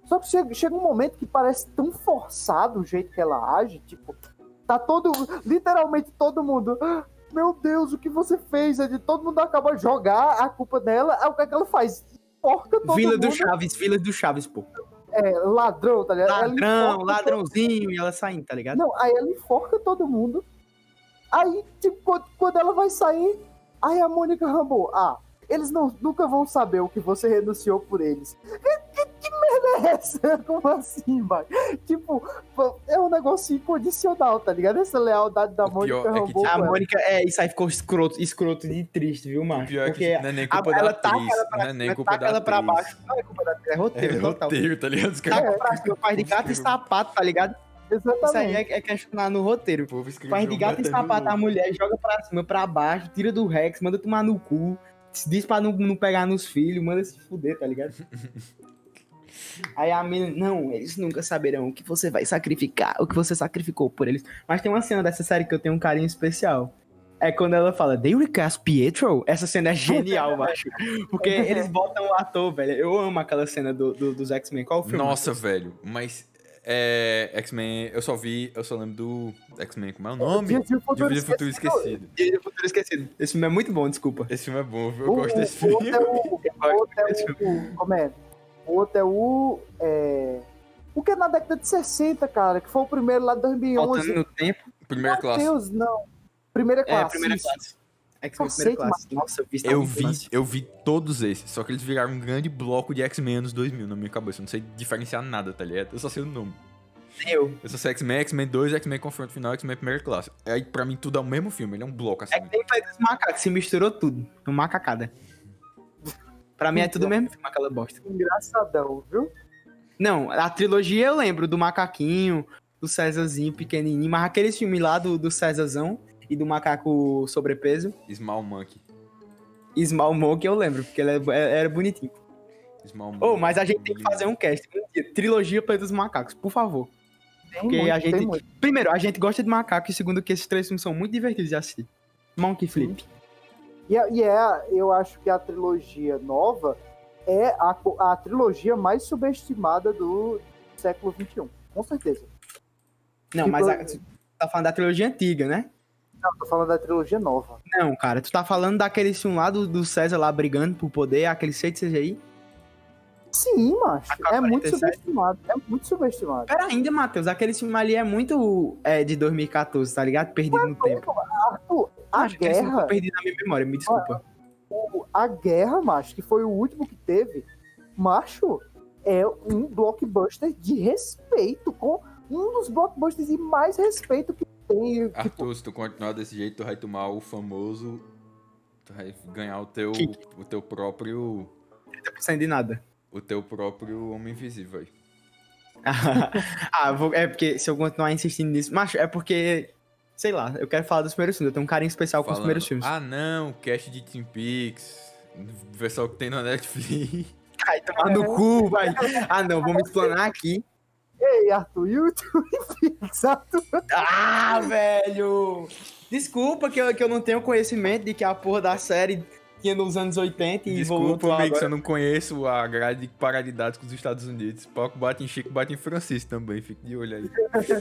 Só que chega um momento que parece tão forçado o jeito que ela age, tipo, tá literalmente todo mundo, meu Deus, o que você fez? Todo mundo acaba de jogar a culpa dela, aí o que é que ela faz? Enforca todo Vila mundo. Vila do Chaves, pô. Ladrão, tá ligado? Ladrãozinho, e ela saindo, tá ligado? Não, aí ela enforca todo mundo. Aí, tipo, quando ela vai sair, aí a Mônica Rambeau, eles nunca vão saber o que você renunciou por eles. Que merda é essa? Como assim, mano? Tipo, é um negócio incondicional, tá ligado? Essa lealdade da Mônica Rambeau. A Mônica, isso aí ficou escroto de triste, viu, macho? Porque não é nem culpa da atriz. Não é nem culpa da atriz. Pra baixo. Não é culpa da atriz, é roteiro. Roteiro, tá ligado? Taca pra cima, pai de gato e sapato, tá ligado? Exatamente. Isso aí é questionar no roteiro. Pai de gato e sapato, a mulher joga pra cima, pra baixo, tira do Rex, manda tomar no cu, diz pra não pegar nos filhos, manda se fuder, tá ligado? Aí a menina, não, eles nunca saberão o que você vai sacrificar, o que você sacrificou por eles. Mas tem uma cena dessa série que eu tenho um carinho especial. É quando ela fala, they recast Pietro? Essa cena é genial, macho. Porque eles botam o ator, velho. Eu amo aquela cena dos X-Men. Qual o filme? Nossa, velho, mas... X-Men, eu só lembro do X-Men, como é o nome? Dia de Futuro Esquecido. Dia de Futuro Esquecido. Esse filme é muito bom, desculpa. Esse filme é bom, eu gosto desse filme. Como é? O outro é o que é na década de 60, cara, que foi o primeiro lá de 2011. Voltando no tempo. Primeira classe. Meu Deus, não. Primeira classe. Primeira classe. X-Men Primeira Classe. Nossa, eu vi todos esses, só que eles viraram um grande bloco de X-Men anos 2000 na minha cabeça. Eu não sei diferenciar nada, tá ligado? Eu só sei o nome. Eu só sei X-Men, X-Men 2, X-Men Confronto Final, X-Men Primeira Classe. Aí pra mim tudo é o mesmo filme, ele é um bloco assim. É que tem Planeta dos Macacos, se misturou tudo. Uma macacada. Pra mim é tudo o mesmo filme, aquela bosta. Engraçadão, viu? Não, a trilogia eu lembro do macaquinho, do Césarzinho pequenininho, mas aqueles filmes lá do Césarzão e do macaco sobrepeso. Small Monkey eu lembro, porque ele era bonitinho. Small Monkey. Mas a gente tem que fazer um cast, trilogia Planeta dos Macacos, por favor. Porque a gente... Primeiro, a gente gosta de macaco, e segundo que esses 3 filmes são muito divertidos de assistir. Monkey Flip. Eu acho que a trilogia nova é a trilogia mais subestimada do século XXI, com certeza. Não, tipo, mas tu tá falando da trilogia antiga, né? Não, tô falando da trilogia nova. Não, cara, tu tá falando daquele filme lá do César lá brigando por poder, aquele CGI? Sim, macho. É muito subestimado. É muito subestimado. Pera ainda, Matheus, aquele filme ali é muito de 2014, tá ligado? Perdido no tempo. Arthur, a guerra... Eu perdi na minha memória, me desculpa. A guerra, macho, que foi o último que teve, macho, é um blockbuster de respeito, com um dos blockbusters de mais respeito que tem. Arthur, se tu continuar desse jeito, tu vai tomar o famoso... Tu vai ganhar o teu próprio... Não tá pensando em nada. O teu próprio Homem Invisível aí. É porque se eu continuar insistindo nisso... Macho, é porque... Sei lá, eu quero falar dos primeiros filmes. Eu tenho um carinho especial com os primeiros filmes. Ah, não, cast de Twin Peaks. Versão que tem na Netflix. Ai, tomar no cu, vai. Ah, não, vamos explanar aqui. Ei, Arthur, e o Twin Peaks, Arthur? Ah, velho! Desculpa que eu não tenho conhecimento de que a porra da série tinha nos anos 80 e voltou Desculpa, amigo, agora. eu não conheço a grade de paralidades com os Estados Unidos. Pouco bate em Chico, bate em Francisco também. Fique de olho aí.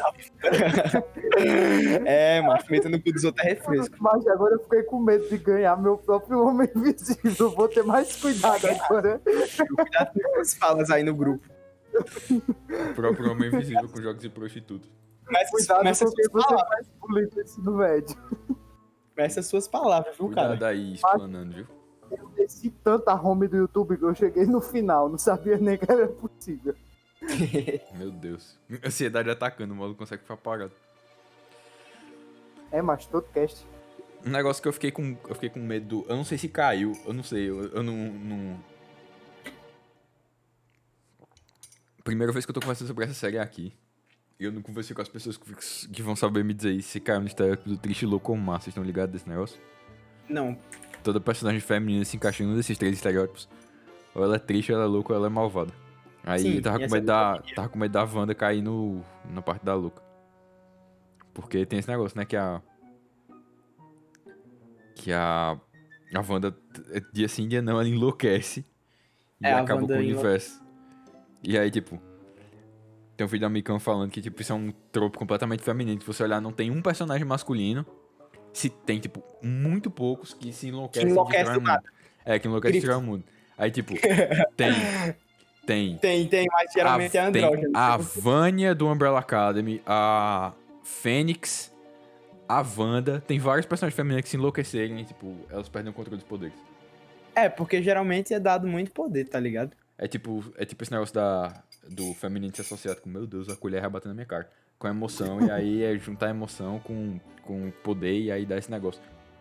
Mas metendo no cu dos outros é refresco. Mas agora eu fiquei com medo de ganhar meu próprio Homem Invisível. Vou ter mais cuidado agora. Cuidado com as falas aí no grupo. O próprio Homem Invisível com jogos de prostituto. Cuidado porque você faz bullying no ensino médio. Essas suas palavras, viu, cara? Cuidado aí, explanando, viu? Eu desci tanta home do YouTube que eu cheguei no final. Não sabia nem que era possível. Meu Deus. Ansiedade atacando, o maluco consegue ficar parado. Mas todo cast. Um negócio que eu fiquei com medo do... Eu não sei se caiu, eu não sei, eu não... Primeira vez que eu tô conversando sobre essa série é aqui. E eu não conversei com as pessoas que vão saber me dizer isso. Se caiu no estereótipo do triste, louco ou má. Vocês estão ligados desse negócio? Não. Toda personagem feminina se encaixa em um desses 3 estereótipos. Ou ela é triste, ou ela é louca, ou ela é malvada. Aí sim, eu tava com medo da Wanda cair na parte da louca. Porque tem esse negócio, né? Que a Wanda, dia sim, dia não, ela enlouquece. E acaba com o universo. E aí, tipo, Tem um vídeo americano falando que, tipo, isso é um tropo completamente feminino. Se você olhar, não tem um personagem masculino. Se tem, tipo, muito poucos que se enlouquecem de enlouquece destrói o mundo. Que enlouquece de destrói o mundo. Aí, tipo, tem... Tem, mas geralmente é Tem andrógeno. a Vânia do Umbrella Academy, a Fênix, a Wanda. Tem vários personagens femininos que se enlouquecerem e, tipo, elas perdem o controle dos poderes. Porque geralmente é dado muito poder, tá ligado? É tipo esse negócio do feminino se associado com, meu Deus, a colher vai bater na minha cara. Com a emoção, e aí é juntar a emoção com poder e aí dá esse negócio.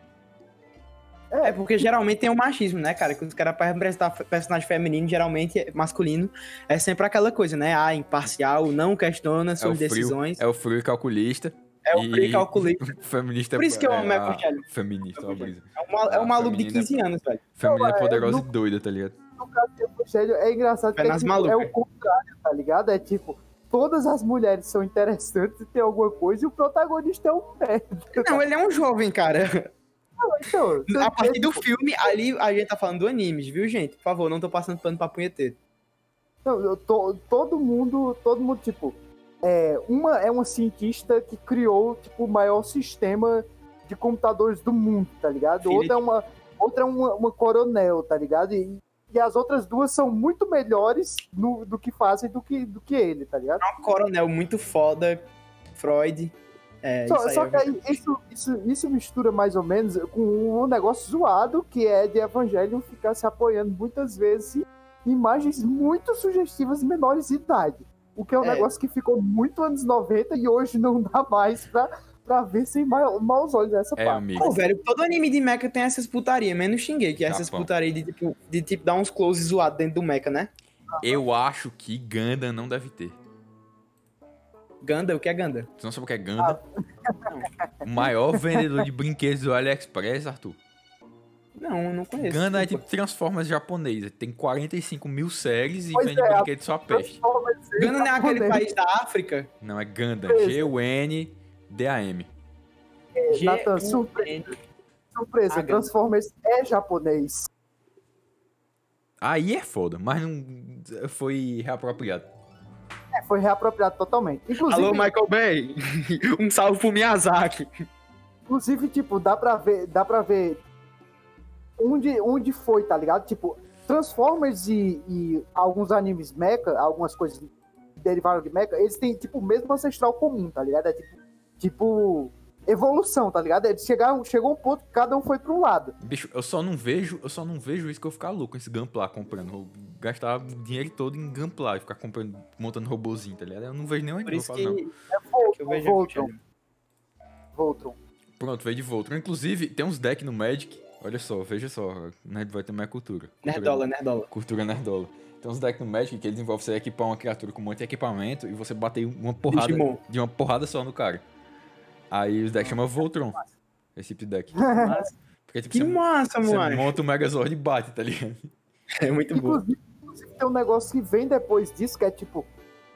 Porque geralmente tem o machismo, né, cara? Que os caras, pra representar personagem feminino, geralmente masculino, é sempre aquela coisa, né? Imparcial, não questiona suas decisões. É o frio e calculista. É o frio e calculista. Feminista. Por isso que eu amo Evangelho. Feminista, uma brisa. É um maluco de 15 anos, velho. Feminina é poderosa e doida, tá ligado? No caso do Evangelho, é engraçado que é o contrário, tá ligado? É tipo, todas as mulheres são interessantes e tem alguma coisa e o protagonista é um merda. Não, ele é um jovem, cara. Então, a partir do filme, ali a gente tá falando do animes, viu, gente? Por favor, não tô passando pano pra punheteiro. Não, todo mundo, tipo, uma é uma cientista que criou, tipo, o maior sistema de computadores do mundo, tá ligado? Outra é uma coronel, tá ligado? E as outras duas são muito melhores do que fazem do que ele, tá ligado? É um coronel muito foda, Freud. Só que aí isso mistura mais ou menos com um negócio zoado que é de Evangelion ficar se apoiando muitas vezes em imagens muito sugestivas de menores de idade. O que é um negócio que ficou muito anos 90 e hoje não dá mais pra ver sem maus olhos essa parte. Amigo. Pô, velho, todo anime de mecha tem essas putarias, menos Shingeki, que é essas putarias de tipo dar uns close zoados dentro do mecha, né? Eu acho que Gundam não deve ter. Gundam? O que é Gundam? Tu não sabe o que é Gundam? O maior vendedor de brinquedos do AliExpress, Arthur. Não conheço. Gundam é tipo Transformers japonês. Tem 45 mil séries e vende brinquedos só peste. Gundam não é aquele país da África? Não, é Gundam. G-U-N-D-A-M. Nathan, surpresa. Transformers é japonês. Aí é foda, mas não foi reapropriado. Foi reapropriado totalmente. Inclusive, alô, Michael Bay! Um salve pro Miyazaki! Inclusive, tipo, dá pra ver onde foi, tá ligado? Tipo, Transformers e alguns animes mecha, algumas coisas derivaram de mecha, eles têm, tipo, o mesmo ancestral comum, tá ligado? É tipo evolução, tá ligado? Eles chegou um ponto que cada um foi pra um lado. Bicho, eu só não vejo isso que eu ficar louco, esse Gunpla comprando. Eu gastar o dinheiro todo em Gunpla e ficar comprando, montando robozinho, tá ligado? Eu não vejo nenhum anime, não. Voltron. Pronto, veio de Voltron. Inclusive, tem uns decks no Magic. Olha só, veja só. Nerd vai ter mais cultura. Nerdola. Cultura nerdola. Tem uns decks no Magic que eles envolvem você equipar uma criatura com um monte de equipamento e você bater uma porrada de uma porrada só no cara. Aí os decks chamam Voltron. Esse tipo de deck. Porque, tipo, que massa, mano. Você monta o Megazord e bate, tá ligado? É muito bom. Inclusive, tem um negócio que vem depois disso, que é tipo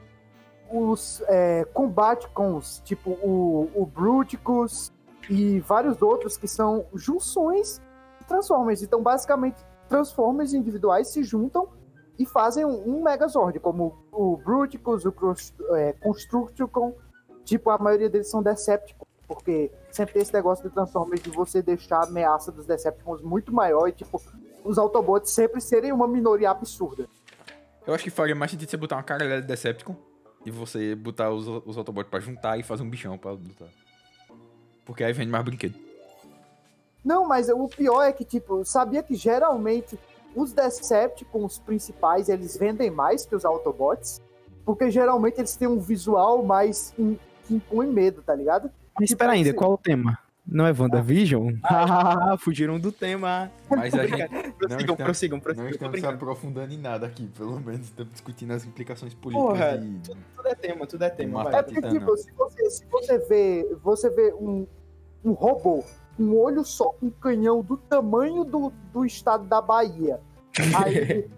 os Combaticons, tipo o Bruticus e vários outros que são junções de Transformers. Então, basicamente, Transformers individuais se juntam e fazem um Megazord, como o Bruticus, o Constructicon. Tipo, a maioria deles são Decepticons, porque sempre tem esse negócio de Transformers de você deixar a ameaça dos Decepticons muito maior e, tipo, os Autobots sempre serem uma minoria absurda. Eu acho que faria mais sentido você botar uma caralhada de Decepticon e você botar os Autobots pra juntar e fazer um bichão pra lutar. Porque aí vende mais brinquedo. Não, mas o pior é que, tipo, sabia que geralmente os Decepticons principais, eles vendem mais que os Autobots? Porque geralmente eles têm um visual mais que impõe medo, tá ligado? Mas espera ainda, qual o tema? Não é WandaVision? Fugiram do tema. Mas a gente prossigam. Não estamos se aprofundando em nada aqui, pelo menos estamos discutindo as implicações políticas. Porra, tudo é tema. É porque, tipo, se você vê um robô, um olho só, um canhão do tamanho do estado da Bahia, aí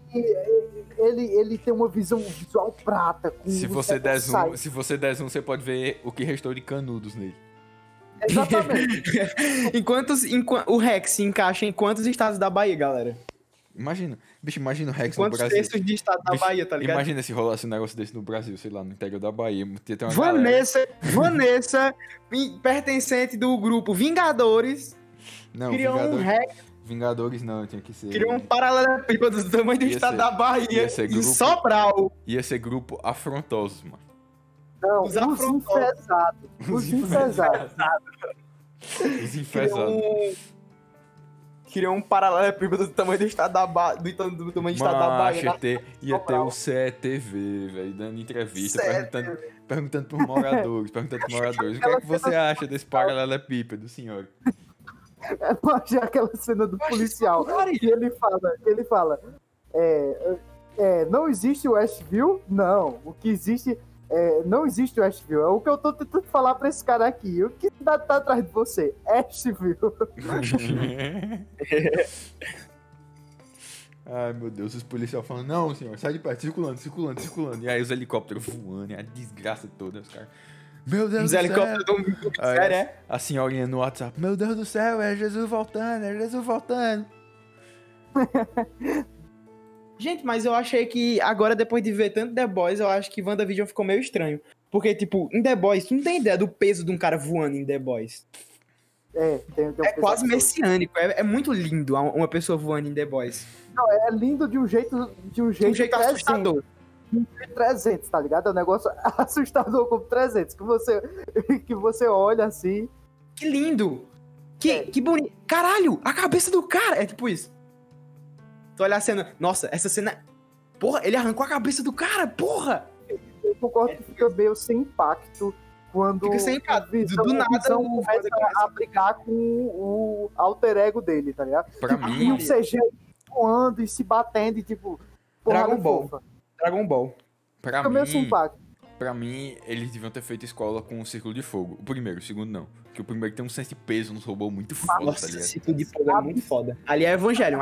ele tem uma visão visual prata. Se você der zoom, você pode ver o que restou de canudos nele. Exatamente. O Rex se encaixa em quantos estados da Bahia, galera? Imagina o Rex no Quantos Brasil. terços de estado da Bicho, Bahia, tá ligado? imagina se rolasse um negócio desse no Brasil, sei lá, no interior da Bahia. Ia ter uma galera... Vanessa, pertencente do grupo Vingadores, Não, criou um hack, Vingadores não, tinha que ser... criou um paralelepípedo do tamanho do Ia estado ser- da Bahia, ia ser em grupo- Sobral. Ia ser grupo Afrontosos, mano. Não, Os os afrontosos. enfesados. Os enfesados. Os enfesados. Criou um paralelepípedo do tamanho do estado da Bahia, do tamanho do estado da Bahia. Ia ter o CETV, velho, dando entrevista, perguntando pros moradores, o que é que você acha desse paralelepípedo, senhor? Mas é aquela cena do policial que ele fala, não existe o Westview? Não, o que existe não existe o Westview. É o que eu tô tentando falar pra esse cara aqui. O que tá atrás de você? Westview. Ai, meu Deus, os policiais falando, não, senhor, sai de perto, circulando. E aí os helicópteros voando, e a desgraça toda, os caras... Meu Deus Os do céu. helicópteros do Aí, sério, é? a senhorinha no WhatsApp, meu Deus do céu, é Jesus voltando. Gente, mas eu achei que agora, depois de ver tanto The Boys, eu acho que WandaVision ficou meio estranho. Porque, tipo, em The Boys, tu não tem ideia do peso de um cara voando em The Boys. Tem É quase messiânico, é muito lindo uma pessoa voando em The Boys. Não, é lindo de um jeito De um jeito assustador. 300, tá ligado? É um negócio assustador como 300, que você olha assim. Que lindo! Que bonito! Caralho, a cabeça do cara! É tipo isso. Tu olha a cena, nossa, essa cena... Porra, ele arrancou a cabeça do cara, porra! Eu concordo que fica meio sem impacto quando Fica sem impacto. o Do nada, Visão o começa a brigar com o alter ego dele, tá ligado? Pra E mim, o CG voando e se batendo e tipo... porrada Dragon Ball. fofa. Dragon Ball. Fica meio sem impacto. pra mim, eles deviam ter feito escola com o Círculo de Fogo. O primeiro, o segundo não. Porque o primeiro tem um senso de peso nos robôs muito foda, tá Nossa, ligado? esse tipo de fogo é muito foda. Ali é Evangelion.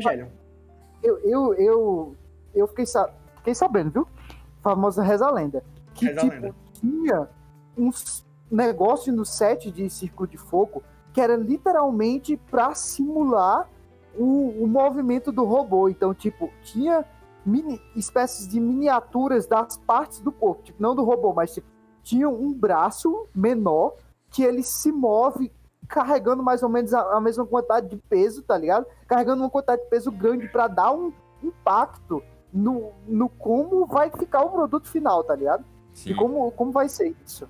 Eu fiquei sabendo, viu? Famosa Reza a Lenda. Que, Reza a tipo, lenda. tinha uns negócios no set de Círculo de Fogo que era literalmente pra simular o movimento do robô. Então, tipo, tinha espécies de miniaturas das partes do corpo. Tipo, não do robô, mas tipo, tinha um braço menor que ele se move carregando mais ou menos a mesma quantidade de peso, tá ligado? Carregando uma quantidade de peso grande pra dar um impacto no como vai ficar o produto final, tá ligado? Sim. E como vai ser isso.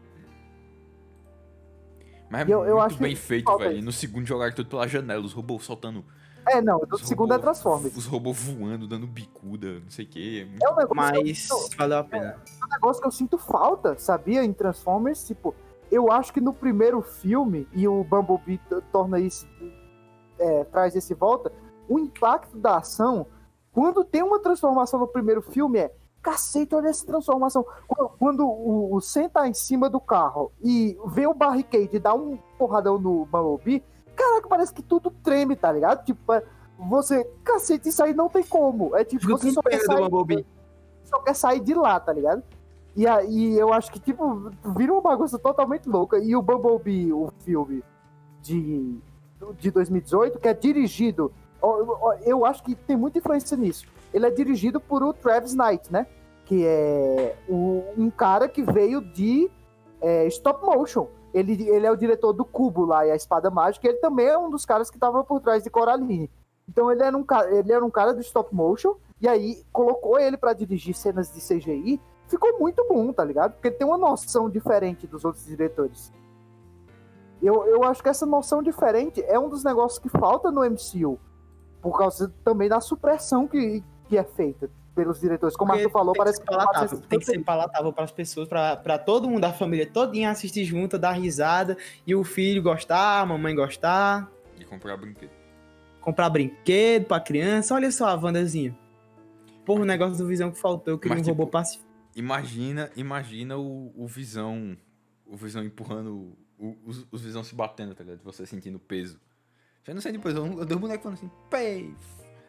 Mas é eu muito acho bem que feito, falta velho. isso. No segundo jogaram tudo pela janela, os robôs soltando... Não, o os segundo é robôs- Transformers. Os robôs voando, dando bicuda, não sei o quê. É um negócio Mas valeu a pena. um negócio que eu sinto falta, sabia? Em Transformers, tipo, eu acho que no primeiro filme, e o Bumblebee torna isso, traz esse volta, o impacto da ação, quando tem uma transformação no primeiro filme, cacete, olha essa transformação. Quando o Sam tá em cima do carro e vê o Barricade e dá um porradão no Bumblebee, caraca, parece que tudo treme, tá ligado? Tipo, você, cacete, isso aí não tem como. É tipo, Fico você com só quer pena do sair Bumblebee. só quer sair de lá, tá ligado? E aí eu acho que, tipo, vira uma bagunça totalmente louca. E o Bumblebee, o filme de 2018, que é dirigido... Eu acho que tem muita influência nisso. Ele é dirigido por o Travis Knight, né? Que é um cara que veio de stop motion. Ele é o diretor do Cubo lá e a Espada Mágica. Ele também é um dos caras que estava por trás de Coraline. Então ele era um cara do stop motion. E aí colocou ele pra dirigir cenas de CGI. Ficou muito bom, tá ligado? Porque ele tem uma noção diferente dos outros diretores. Eu acho que essa noção diferente é um dos negócios que falta no MCU. Por causa também da supressão que é feita pelos diretores. Como o Arthur falou, parece que tem que ser palatável para as pessoas, para todo mundo da família todinha assistir junto, dar risada, e o filho gostar, a mamãe gostar. E comprar brinquedo. Comprar brinquedo pra criança. Olha só a Wandazinha. Porra, o negócio do Visão que faltou, eu queria Mas, um robô tipo, pacífico. Imagina o Visão empurrando, os Visão se batendo, tá ligado? Você sentindo peso. Já não sente peso, eu dei o boneco falando assim, pei.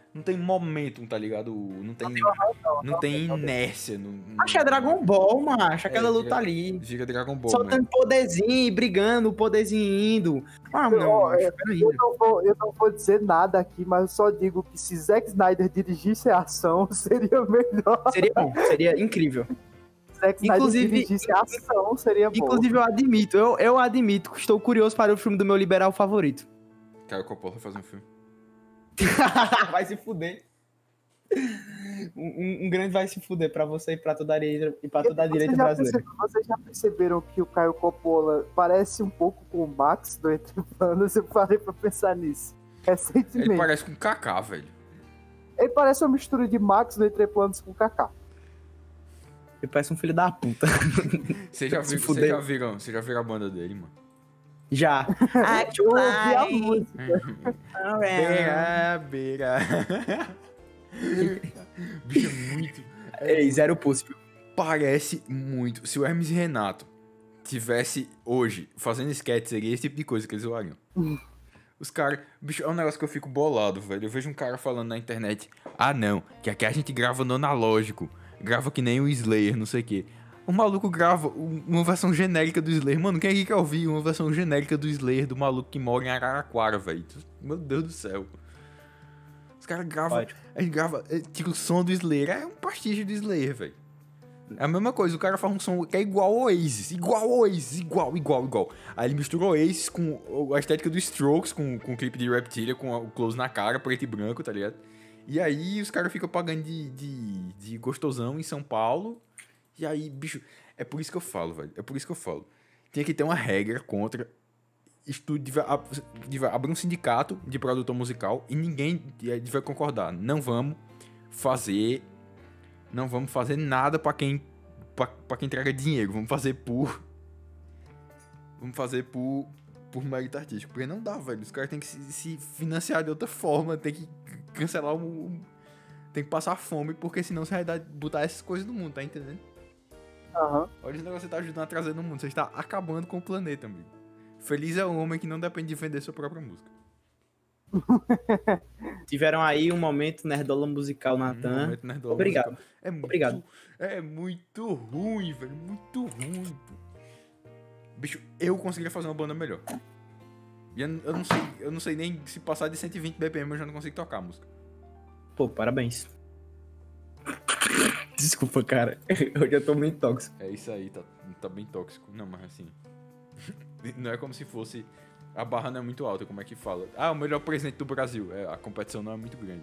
Não tem momentum, tá ligado? Não tem inércia. Acho que é Dragon Ball, macho. Aquela luta ali. Gira Dragon Ball, Soltando poderzinho, brigando, o poderzinho indo. Ah, não, macho, peraí. Eu não vou dizer nada aqui, mas eu só digo que se Zack Snyder dirigisse a ação, seria melhor. Seria bom, seria incrível. Zack Snyder dirigisse a ação, seria bom. Inclusive, eu admito que estou curioso para o filme do meu liberal favorito. Caio Coppola vai fazer um filme. Vai se fuder. Um grande vai se fuder pra você e pra toda a direita brasileira. Vocês já perceberam que o Caio Coppola parece um pouco com o Max do Entre Planos? Eu parei pra pensar nisso recentemente. Ele parece com o Kaká, velho. Ele parece uma mistura de Max do Entre Planos com o Kaká. Ele parece um filho da puta. Vocês já viram a banda dele, mano? Já. Eu ouvi a música. Beira. Bicho, é muito. Ei, zero possível. Parece muito. Se o Hermes e Renato tivesse hoje fazendo sketch, seria esse tipo de coisa que eles zoariam. Os caras. Bicho, é um negócio que eu fico bolado, velho. Eu vejo um cara falando na internet: ah, não, que aqui a gente grava no analógico. Grava que nem o Slayer, não sei o quê. O maluco grava uma versão genérica do Slayer. Mano, quem é que quer ouvir uma versão genérica do Slayer do maluco que mora em Araraquara, velho? Meu Deus do céu. Os caras gravam. A gente grava. Tira o som do Slayer. É um pastiche do Slayer, velho. É a mesma coisa. O cara faz um som que é igual ao Oasis. Igual. Aí ele mistura o Oasis com a estética do Strokes, com o clipe de Reptilia, com o close na cara, preto e branco, tá ligado? E aí os caras ficam pagando de gostosão em São Paulo. E aí, bicho, é por isso que eu falo, velho. É por isso que eu falo. Tinha que ter uma regra contra abrir um sindicato de produtor musical e ninguém vai concordar. Não vamos fazer nada pra quem entrega dinheiro. Vamos fazer por mérito artístico. Porque não dá, velho. Os caras têm que se financiar de outra forma. Tem que cancelar tem que passar fome, porque senão você vai botar essas coisas no mundo, tá entendendo? Uhum. Olha esse negócio que você tá ajudando a trazer no mundo. Você está acabando com o planeta, amigo. Feliz é o homem que não depende de vender sua própria música. Tiveram aí um momento nerdola musical, Natan. Obrigado. Musical. Obrigado. É muito ruim, velho. Muito ruim. Bicho, eu conseguiria fazer uma banda melhor. E eu não sei nem se passar de 120 BPM eu já não consigo tocar a música. Pô, parabéns. Desculpa, cara. Eu já tô meio tóxico. É isso aí, tá bem tóxico. Não, mas assim... Não é como se fosse... A barra não é muito alta, como é que fala? Ah, o melhor presidente do Brasil. A competição não é muito grande.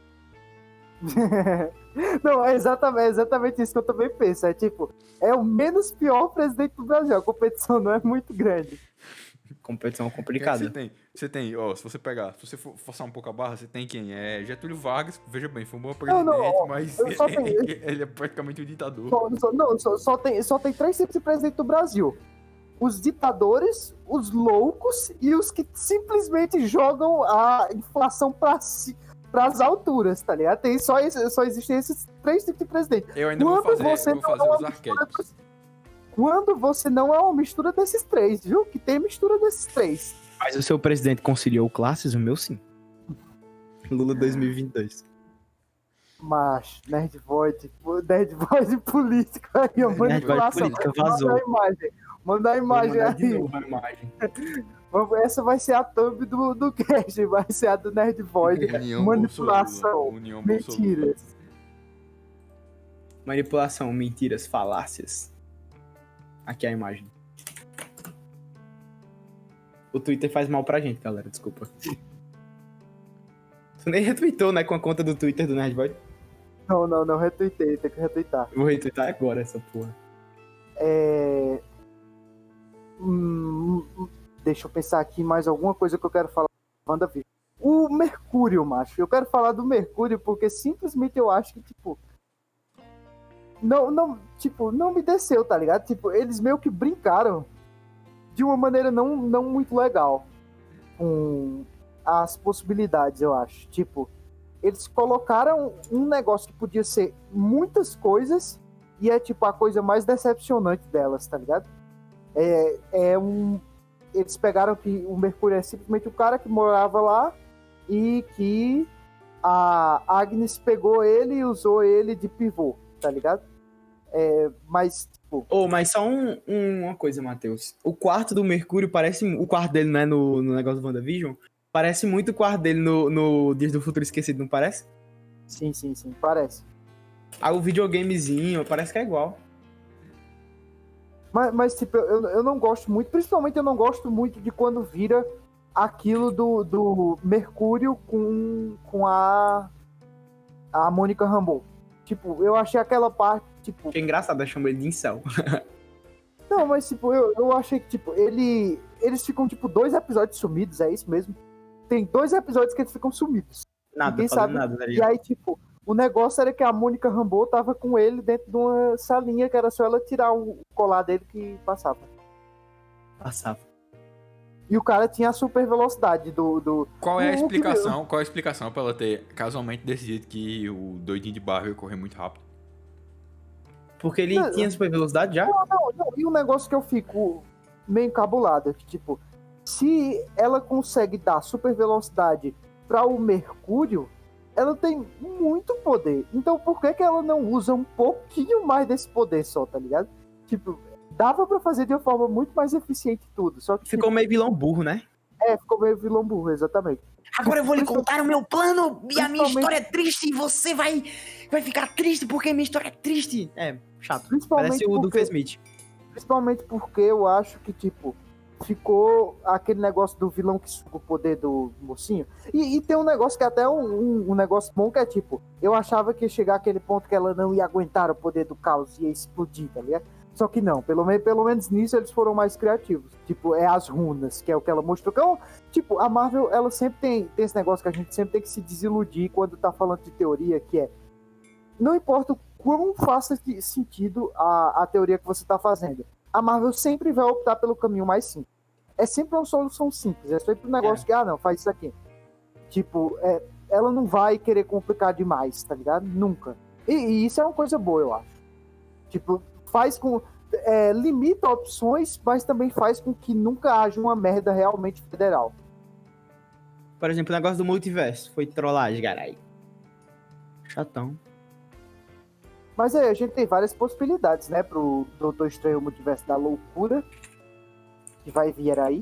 Não, é exatamente isso que eu também penso. É tipo, é o menos pior presidente do Brasil. A competição não é muito grande. Competição complicada. Você tem, ó, se você for forçar um pouco a barra, você tem quem? Getúlio Vargas, veja bem, foi um bom presidente, mas ele é praticamente um ditador. Só tem 3 tipos de presidente do Brasil. Os ditadores, os loucos e os que simplesmente jogam a inflação pras alturas, tá ligado? Só existem esses 3 tipos de presidente. Eu ainda vou fazer os arquétipos. Quando você não é uma mistura desses 3, viu? Que tem mistura desses 3. Mas o seu presidente conciliou classes? O meu sim. Lula 2022. Mas, Nerd Void político aí, a manipulação. Vazou. Manda a imagem aí. De novo a imagem. Essa vai ser a thumb do cast, vai ser a do Nerd Void. Manipulação, mentiras. Manipulação, mentiras, falácias. Aqui é a imagem. O Twitter faz mal pra gente, galera, desculpa. Você nem retweetou, né, com a conta do Twitter do Nerd Void? Não retuitei, tem que retweetar. Eu vou retweetar agora essa porra. Deixa eu pensar aqui mais alguma coisa que eu quero falar. WandaVision. O Mercúrio, macho. Eu quero falar do Mercúrio porque simplesmente eu acho que, tipo... Não me desceu, tá ligado? Tipo, eles meio que brincaram de uma maneira não muito legal com as possibilidades, eu acho. Tipo, eles colocaram um negócio que podia ser muitas coisas e é, tipo, a coisa mais decepcionante delas, tá ligado? Eles pegaram que o Mercúrio é simplesmente o cara que morava lá e que a Agnes pegou ele e usou ele de pivô, tá ligado? Mas, tipo... Mas só uma coisa, Matheus. O quarto do Mercúrio parece... O quarto dele, né, no negócio do WandaVision, parece muito o quarto dele no Dias do Futuro Esquecido, não parece? Sim, parece. Aí o videogamezinho, parece que é igual. Mas tipo, eu não gosto muito, principalmente eu não gosto muito de quando vira aquilo do Mercúrio com a Mônica Rambeau. Tipo, eu achei aquela parte, tipo... Que é engraçado, eu chamo ele de incel. Não, mas tipo, eu achei que, tipo, eles ficam, tipo, 2 episódios sumidos, é isso mesmo? Tem 2 episódios que eles ficam sumidos. Nada, ninguém sabe nada, né? E aí, tipo, o negócio era que a Mônica Rambeau tava com ele dentro de uma salinha que era só ela tirar o colar dele que passava. E o cara tinha a super velocidade do... Qual é a explicação? Qual é a explicação pra ela ter casualmente decidido que o doidinho de barro ia correr muito rápido? Porque ele tinha super velocidade já? Não. E um negócio que eu fico meio encabulado, que tipo, se ela consegue dar super velocidade para o Mercúrio, ela tem muito poder. Então por que ela não usa um pouquinho mais desse poder só, tá ligado? Tipo, dava pra fazer de uma forma muito mais eficiente tudo. Só que ficou meio vilão burro, né? Ficou meio vilão burro, exatamente. Agora eu vou lhe contar o meu plano e a minha história é triste e você vai ficar triste porque minha história é triste. É, chato. Parece o do Smith. Principalmente porque eu acho que, tipo, ficou aquele negócio do vilão que suga o poder do mocinho. E tem um negócio que é até um negócio bom, que é tipo, eu achava que ia chegar aquele ponto que ela não ia aguentar o poder do caos e ia explodir, tá ligado? Só que não, pelo menos nisso eles foram mais criativos. Tipo, é as runas, que é o que ela mostrou. Então, tipo, a Marvel, ela sempre tem esse negócio que a gente sempre tem que se desiludir quando tá falando de teoria, que é, não importa o quão faça sentido a teoria que você tá fazendo, a Marvel sempre vai optar pelo caminho mais simples. É sempre uma solução simples, é sempre um negócio que, não, faz isso aqui. Tipo, ela não vai querer complicar demais, tá ligado? Nunca. E isso é uma coisa boa, eu acho. Tipo, faz com... limita opções, mas também faz com que nunca haja uma merda realmente federal. Por exemplo, o negócio do multiverso. Foi trollagem, caralho. Chatão. Mas aí, a gente tem várias possibilidades, né? Pro Doutor Estranho Multiverso da Loucura, que vai vir aí.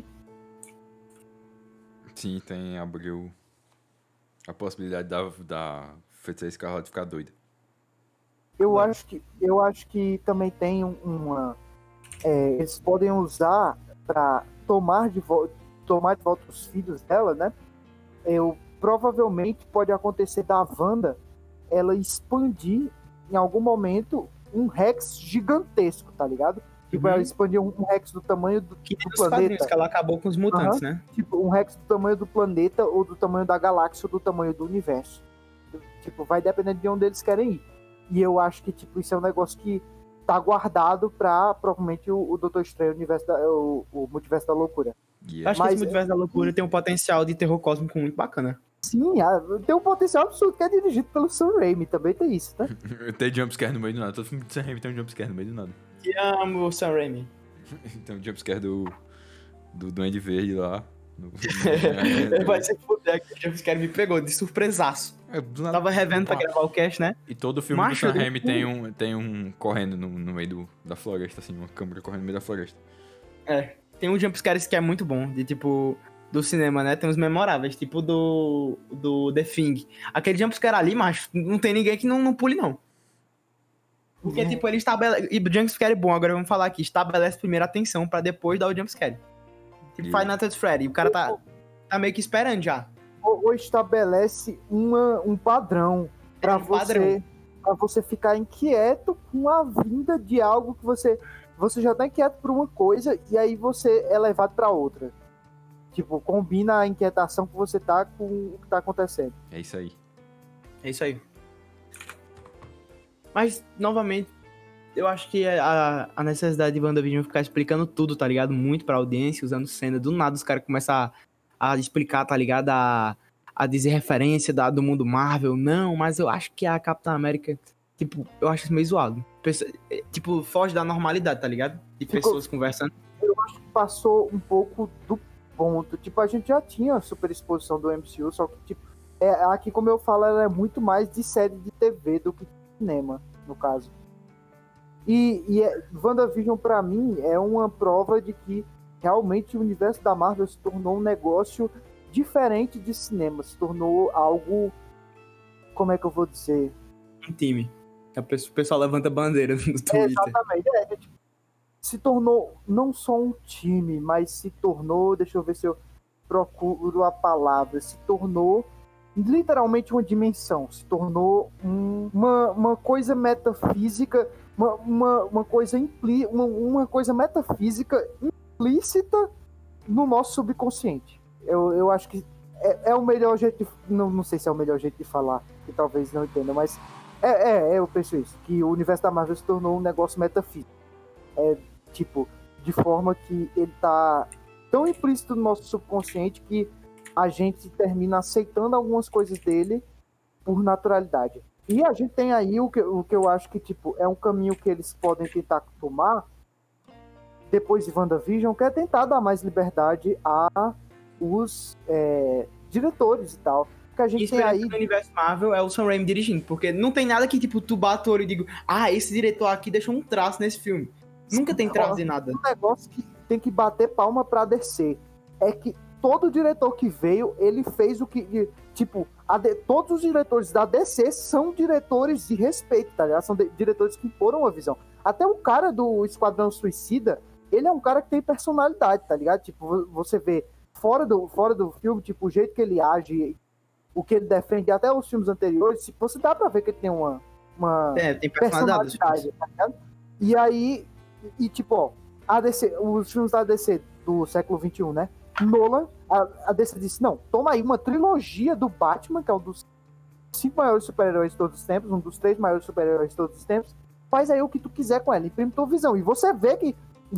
Sim, abriu a possibilidade da Feiticeira Escarlate ficar doida. Eu acho que também tem uma... eles podem usar para tomar de volta os filhos dela, né? Provavelmente pode acontecer da Wanda ela expandir em algum momento um Rex gigantesco, tá ligado? Tipo, ela expandir um Rex do tamanho do planeta. Que ela acabou com os mutantes, né? Tipo, um Rex do tamanho do planeta, ou do tamanho da galáxia, ou do tamanho do universo. Tipo, vai depender de onde eles querem ir. E eu acho que, tipo, isso é um negócio que tá guardado pra, provavelmente, o Doutor Estranho, o Multiverso da Loucura. Eu acho que esse Multiverso da Loucura tem um potencial de terror cósmico muito bacana. Sim, tem um potencial absurdo, que é dirigido pelo Sam Raimi, também tem isso, tá? Tem jumpscare no meio do nada, todo filme de Sam Raimi tem um jumpscare no meio do nada. Te amo, Sam Raimi. Tem um jumpscare do Duende Verde lá. Vai ser fuder, que o jumpscare me pegou de surpresaço. Tava revendo pra gravar o cast, né? E todo filme do Sam Raimi tem um correndo no meio da floresta, assim, uma câmera correndo no meio da floresta. Tem um jumpscare que é muito bom, de tipo... do cinema, né? Tem uns memoráveis, tipo do The Thing. Aquele jumpscare ali, macho, não tem ninguém que não pule, não. Porque, tipo, ele estabelece... E o jumpscare é bom, agora vamos falar aqui. Estabelece primeiro a tensão pra depois dar o jumpscare. Tipo, Five Nights at Freddy. O cara tá meio que esperando já. Ou estabelece um padrão pra você ficar inquieto com a vinda de algo que você já tá inquieto por uma coisa e aí você é levado pra outra. Tipo, combina a inquietação que você tá com o que tá acontecendo. É isso aí. É isso aí. Mas, novamente, eu acho que a necessidade de WandaVision ficar explicando tudo, tá ligado? Muito pra audiência, usando cena. Do nada os caras começam a explicar, tá ligado? A dizer referência do mundo Marvel. Não, mas eu acho que a Capitã América... Tipo, eu acho isso meio zoado. Tipo, foge da normalidade, tá ligado? De pessoas conversando. Eu acho que passou um pouco do ponto. Tipo, a gente já tinha a super exposição do MCU, só que, tipo, Aqui, como eu falo, ela é muito mais de série de TV do que de cinema, no caso. WandaVision, pra mim, é uma prova de que realmente o universo da Marvel se tornou um negócio diferente de cinema. Se tornou algo... Como é que eu vou dizer? Um time. O pessoal levanta bandeira no Twitter. Exatamente. Se tornou não só um time, mas se tornou... Deixa eu ver se eu procuro a palavra. Se tornou literalmente uma dimensão. Se tornou uma coisa metafísica... Uma coisa metafísica implícita no nosso subconsciente. Eu acho que é o melhor jeito de... Não sei se é o melhor jeito de falar, que talvez não entenda, mas eu penso isso, que o universo da Marvel se tornou um negócio metafísico. Tipo, de forma que ele tá tão implícito no nosso subconsciente que a gente termina aceitando algumas coisas dele por naturalidade. E a gente tem aí o que eu acho que tipo, é um caminho que eles podem tentar tomar depois de WandaVision, que é tentar dar mais liberdade a os diretores e tal. Que a gente Isso tem aí no universo Marvel é o Sam Raimi dirigindo, porque não tem nada que tipo tu bata o olho e diga, esse diretor aqui deixou um traço nesse filme. Nunca tem traço de nada. Um negócio que tem que bater palma pra DC é que todo diretor que veio, ele fez o que... Tipo, todos os diretores da DC são diretores de respeito, tá ligado? São diretores que foram a visão. Até o cara do Esquadrão Suicida, ele é um cara que tem personalidade, tá ligado? Tipo, você vê fora do filme, tipo, o jeito que ele age, o que ele defende, até os filmes anteriores, tipo, você dá pra ver que ele tem uma tem personalidade, tá ligado? E aí, tipo, a DC, os filmes da DC do século XXI, né? Nolan, a DC disse, não, toma aí uma trilogia do Batman, que é um dos 5 maiores super-heróis de todos os tempos, um dos 3 maiores super-heróis de todos os tempos, faz aí o que tu quiser com ela, imprime tua visão. E você vê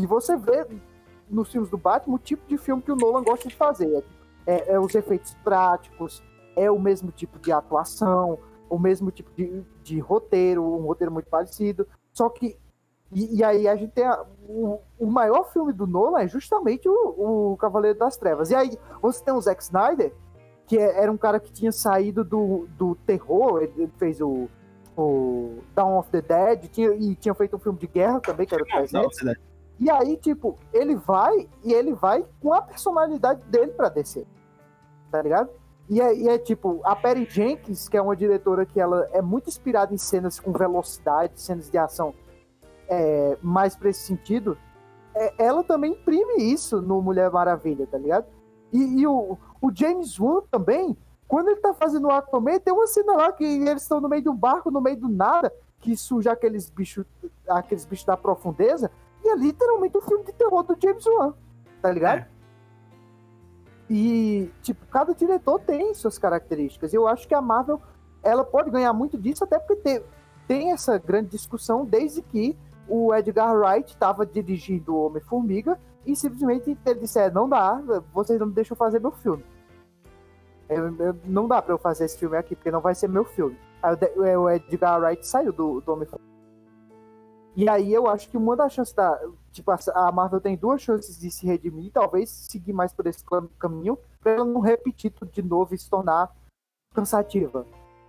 nos filmes do Batman o tipo de filme que o Nolan gosta de fazer. É os efeitos práticos, é o mesmo tipo de atuação, o mesmo tipo de roteiro, um roteiro muito parecido. Só que E aí a gente tem o maior filme do Nolan é justamente o Cavaleiro das Trevas. E aí você tem o Zack Snyder, que era um cara que tinha saído do terror, ele fez o Dawn of the Dead, tinha feito um filme de guerra também, que era o 300. E aí, tipo, ele vai com a personalidade dele pra descer, tá ligado? E é tipo, a Patty Jenkins, que é uma diretora que ela é muito inspirada em cenas com velocidade, cenas de ação, mais pra esse sentido, ela também imprime isso no Mulher Maravilha, tá ligado? E o James Wan também, quando ele tá fazendo o Aquaman, tem uma cena lá que eles estão no meio de um barco, no meio do nada, que surge aqueles bichos da profundeza, e é literalmente um filme de terror do James Wan, tá ligado? E, tipo, cada diretor tem suas características. E eu acho que a Marvel, ela pode ganhar muito disso, até porque tem essa grande discussão desde que o Edgar Wright estava dirigindo o Homem-Formiga e simplesmente ele disse, não dá, vocês não me deixam fazer meu filme. Não dá pra eu fazer esse filme aqui, porque não vai ser meu filme. Aí o Edgar Wright saiu do Homem-Formiga. E aí eu acho que uma das chances tipo, a Marvel tem 2 chances de se redimir, talvez seguir mais por esse caminho, pra ela não repetir tudo de novo e se tornar cansativa.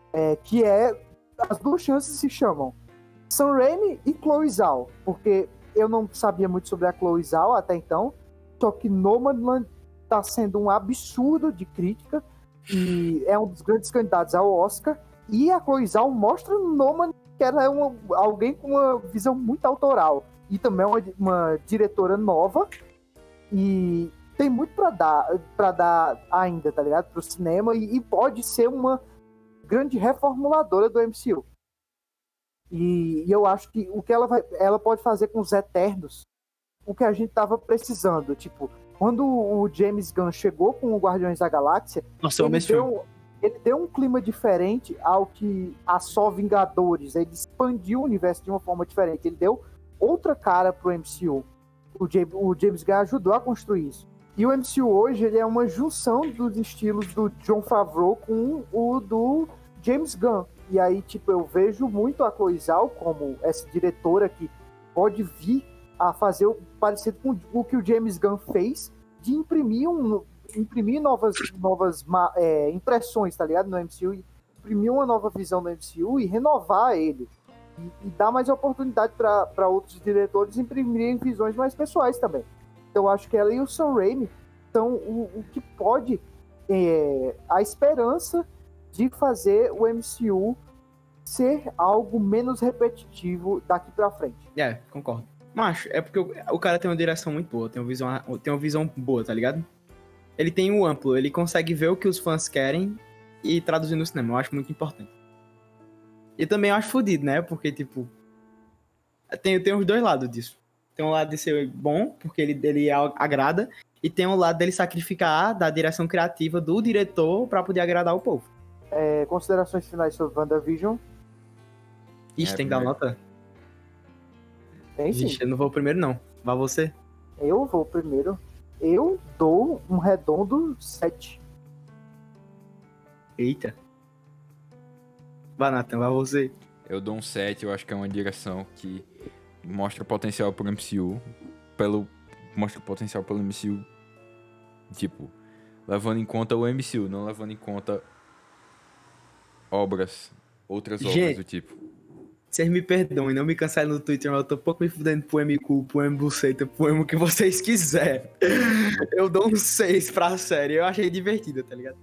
As 2 chances se chamam Sam Raimi e Chloe Zhao, porque eu não sabia muito sobre a Chloe Zhao até então, só que Nomadland tá sendo um absurdo de crítica e é um dos grandes candidatos ao Oscar, e a Chloe Zhao mostra no Nomadland que ela é alguém com uma visão muito autoral e também uma diretora nova e tem muito pra dar ainda, tá ligado? Pro cinema e pode ser uma grande reformuladora do MCU. E eu acho que o que ela pode fazer com os Eternos, o que a gente tava precisando. Tipo, quando o James Gunn chegou com o Guardiões da Galáxia, ele deu um clima diferente ao que a só Vingadores. Ele expandiu o universo de uma forma diferente. Ele deu outra cara pro MCU. O James Gunn ajudou a construir isso. E o MCU hoje ele é uma junção dos estilos do Jon Favreau com o do James Gunn. E aí, tipo, eu vejo muito a Chloe Zhao como essa diretora que pode vir a fazer o parecido com o que o James Gunn fez, de imprimir imprimir novas impressões, tá ligado? No MCU, e imprimir uma nova visão do MCU e renovar ele. E dar mais oportunidade para outros diretores imprimirem visões mais pessoais também. Então, eu acho que ela e o Sam Raimi são o que pode a esperança de fazer o MCU ser algo menos repetitivo daqui pra frente. Concordo. Macho, é porque o cara tem uma direção muito boa, tem uma visão boa, tá ligado? Ele tem um amplo, ele consegue ver o que os fãs querem e traduzir no cinema, eu acho muito importante. E também eu acho fodido, né? Porque, tipo, tem os dois lados disso. Tem um lado de ser bom, porque ele agrada, e tem um lado dele sacrificar da direção criativa do diretor pra poder agradar o povo. Considerações finais sobre WandaVision? Ixi, tem que dar nota? Tem sim. Ixi, eu não vou primeiro, não. Vai você? Eu vou primeiro. Eu dou um redondo 7. Eita. Vai, Nathan, vai você. Eu dou um 7, eu acho que é uma direção que mostra potencial pro MCU. Mostra potencial pelo MCU. Tipo, levando em conta o MCU, não levando em conta outras obras do tipo. Vocês me perdoem, não me cancelem no Twitter, mas eu tô um pouco me fudendo pro MQ, pro M-Buceta, pro M que vocês quiserem. Eu dou um 6 pra série, eu achei divertida, tá ligado?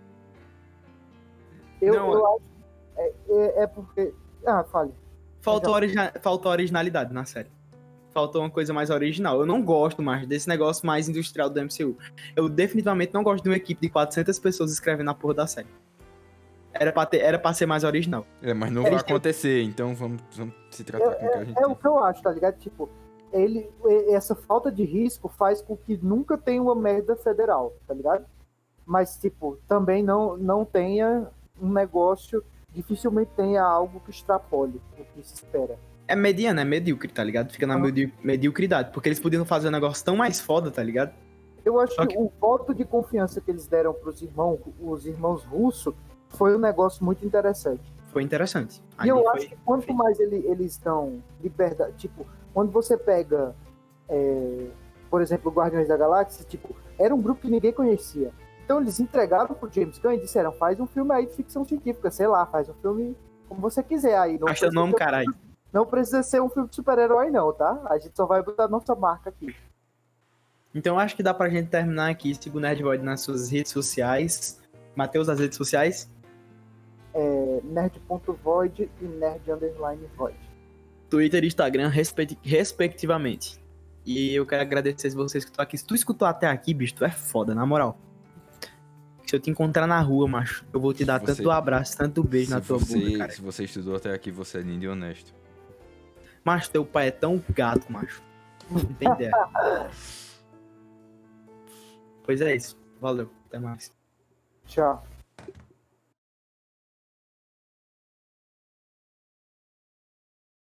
Eu acho. É porque. Fale. Faltou originalidade na série. Faltou uma coisa mais original. Eu não gosto mais desse negócio mais industrial do MCU. Eu definitivamente não gosto de uma equipe de 400 pessoas escrevendo a porra da série. Era pra ser mais original. Mas não vai acontecer, então vamos se tratar com o que a gente tem. O que eu acho, tá ligado? Tipo, essa falta de risco faz com que nunca tenha uma merda federal, tá ligado? Mas, tipo, também não tenha um negócio, dificilmente tenha algo que extrapole o que se espera. É mediano, é medíocre, tá ligado? Fica na mediocridade, porque eles podiam fazer um negócio tão mais foda, tá ligado? Eu acho que o voto de confiança que eles deram pros os irmãos russos foi um negócio muito interessante. Foi interessante. E eu acho que quanto mais eles dão liberdade, tipo, quando você pega, por exemplo, o Guardiões da Galáxia, tipo, era um grupo que ninguém conhecia. Então eles entregaram pro James Gunn e disseram, faz um filme aí de ficção científica, sei lá, faz um filme como você quiser aí. Acha o nome, caralho. Não precisa ser um filme de super-herói não, tá? A gente só vai botar nossa marca aqui. Então acho que dá pra gente terminar aqui, segundo o Nerdvoid nas suas redes sociais. Matheus, as redes sociais? Nerd.void e Nerd_Void. Twitter e Instagram, respectivamente. E eu quero agradecer vocês que estão aqui. Se tu escutou até aqui, bicho, tu é foda, na moral. Se eu te encontrar na rua, macho, eu vou te dar tanto abraço, tanto beijo na tua bunda, cara. Se você estudou até aqui, você é lindo e honesto. Macho, teu pai é tão gato, macho. Não tem ideia. Pois é isso. Valeu. Até mais. Tchau.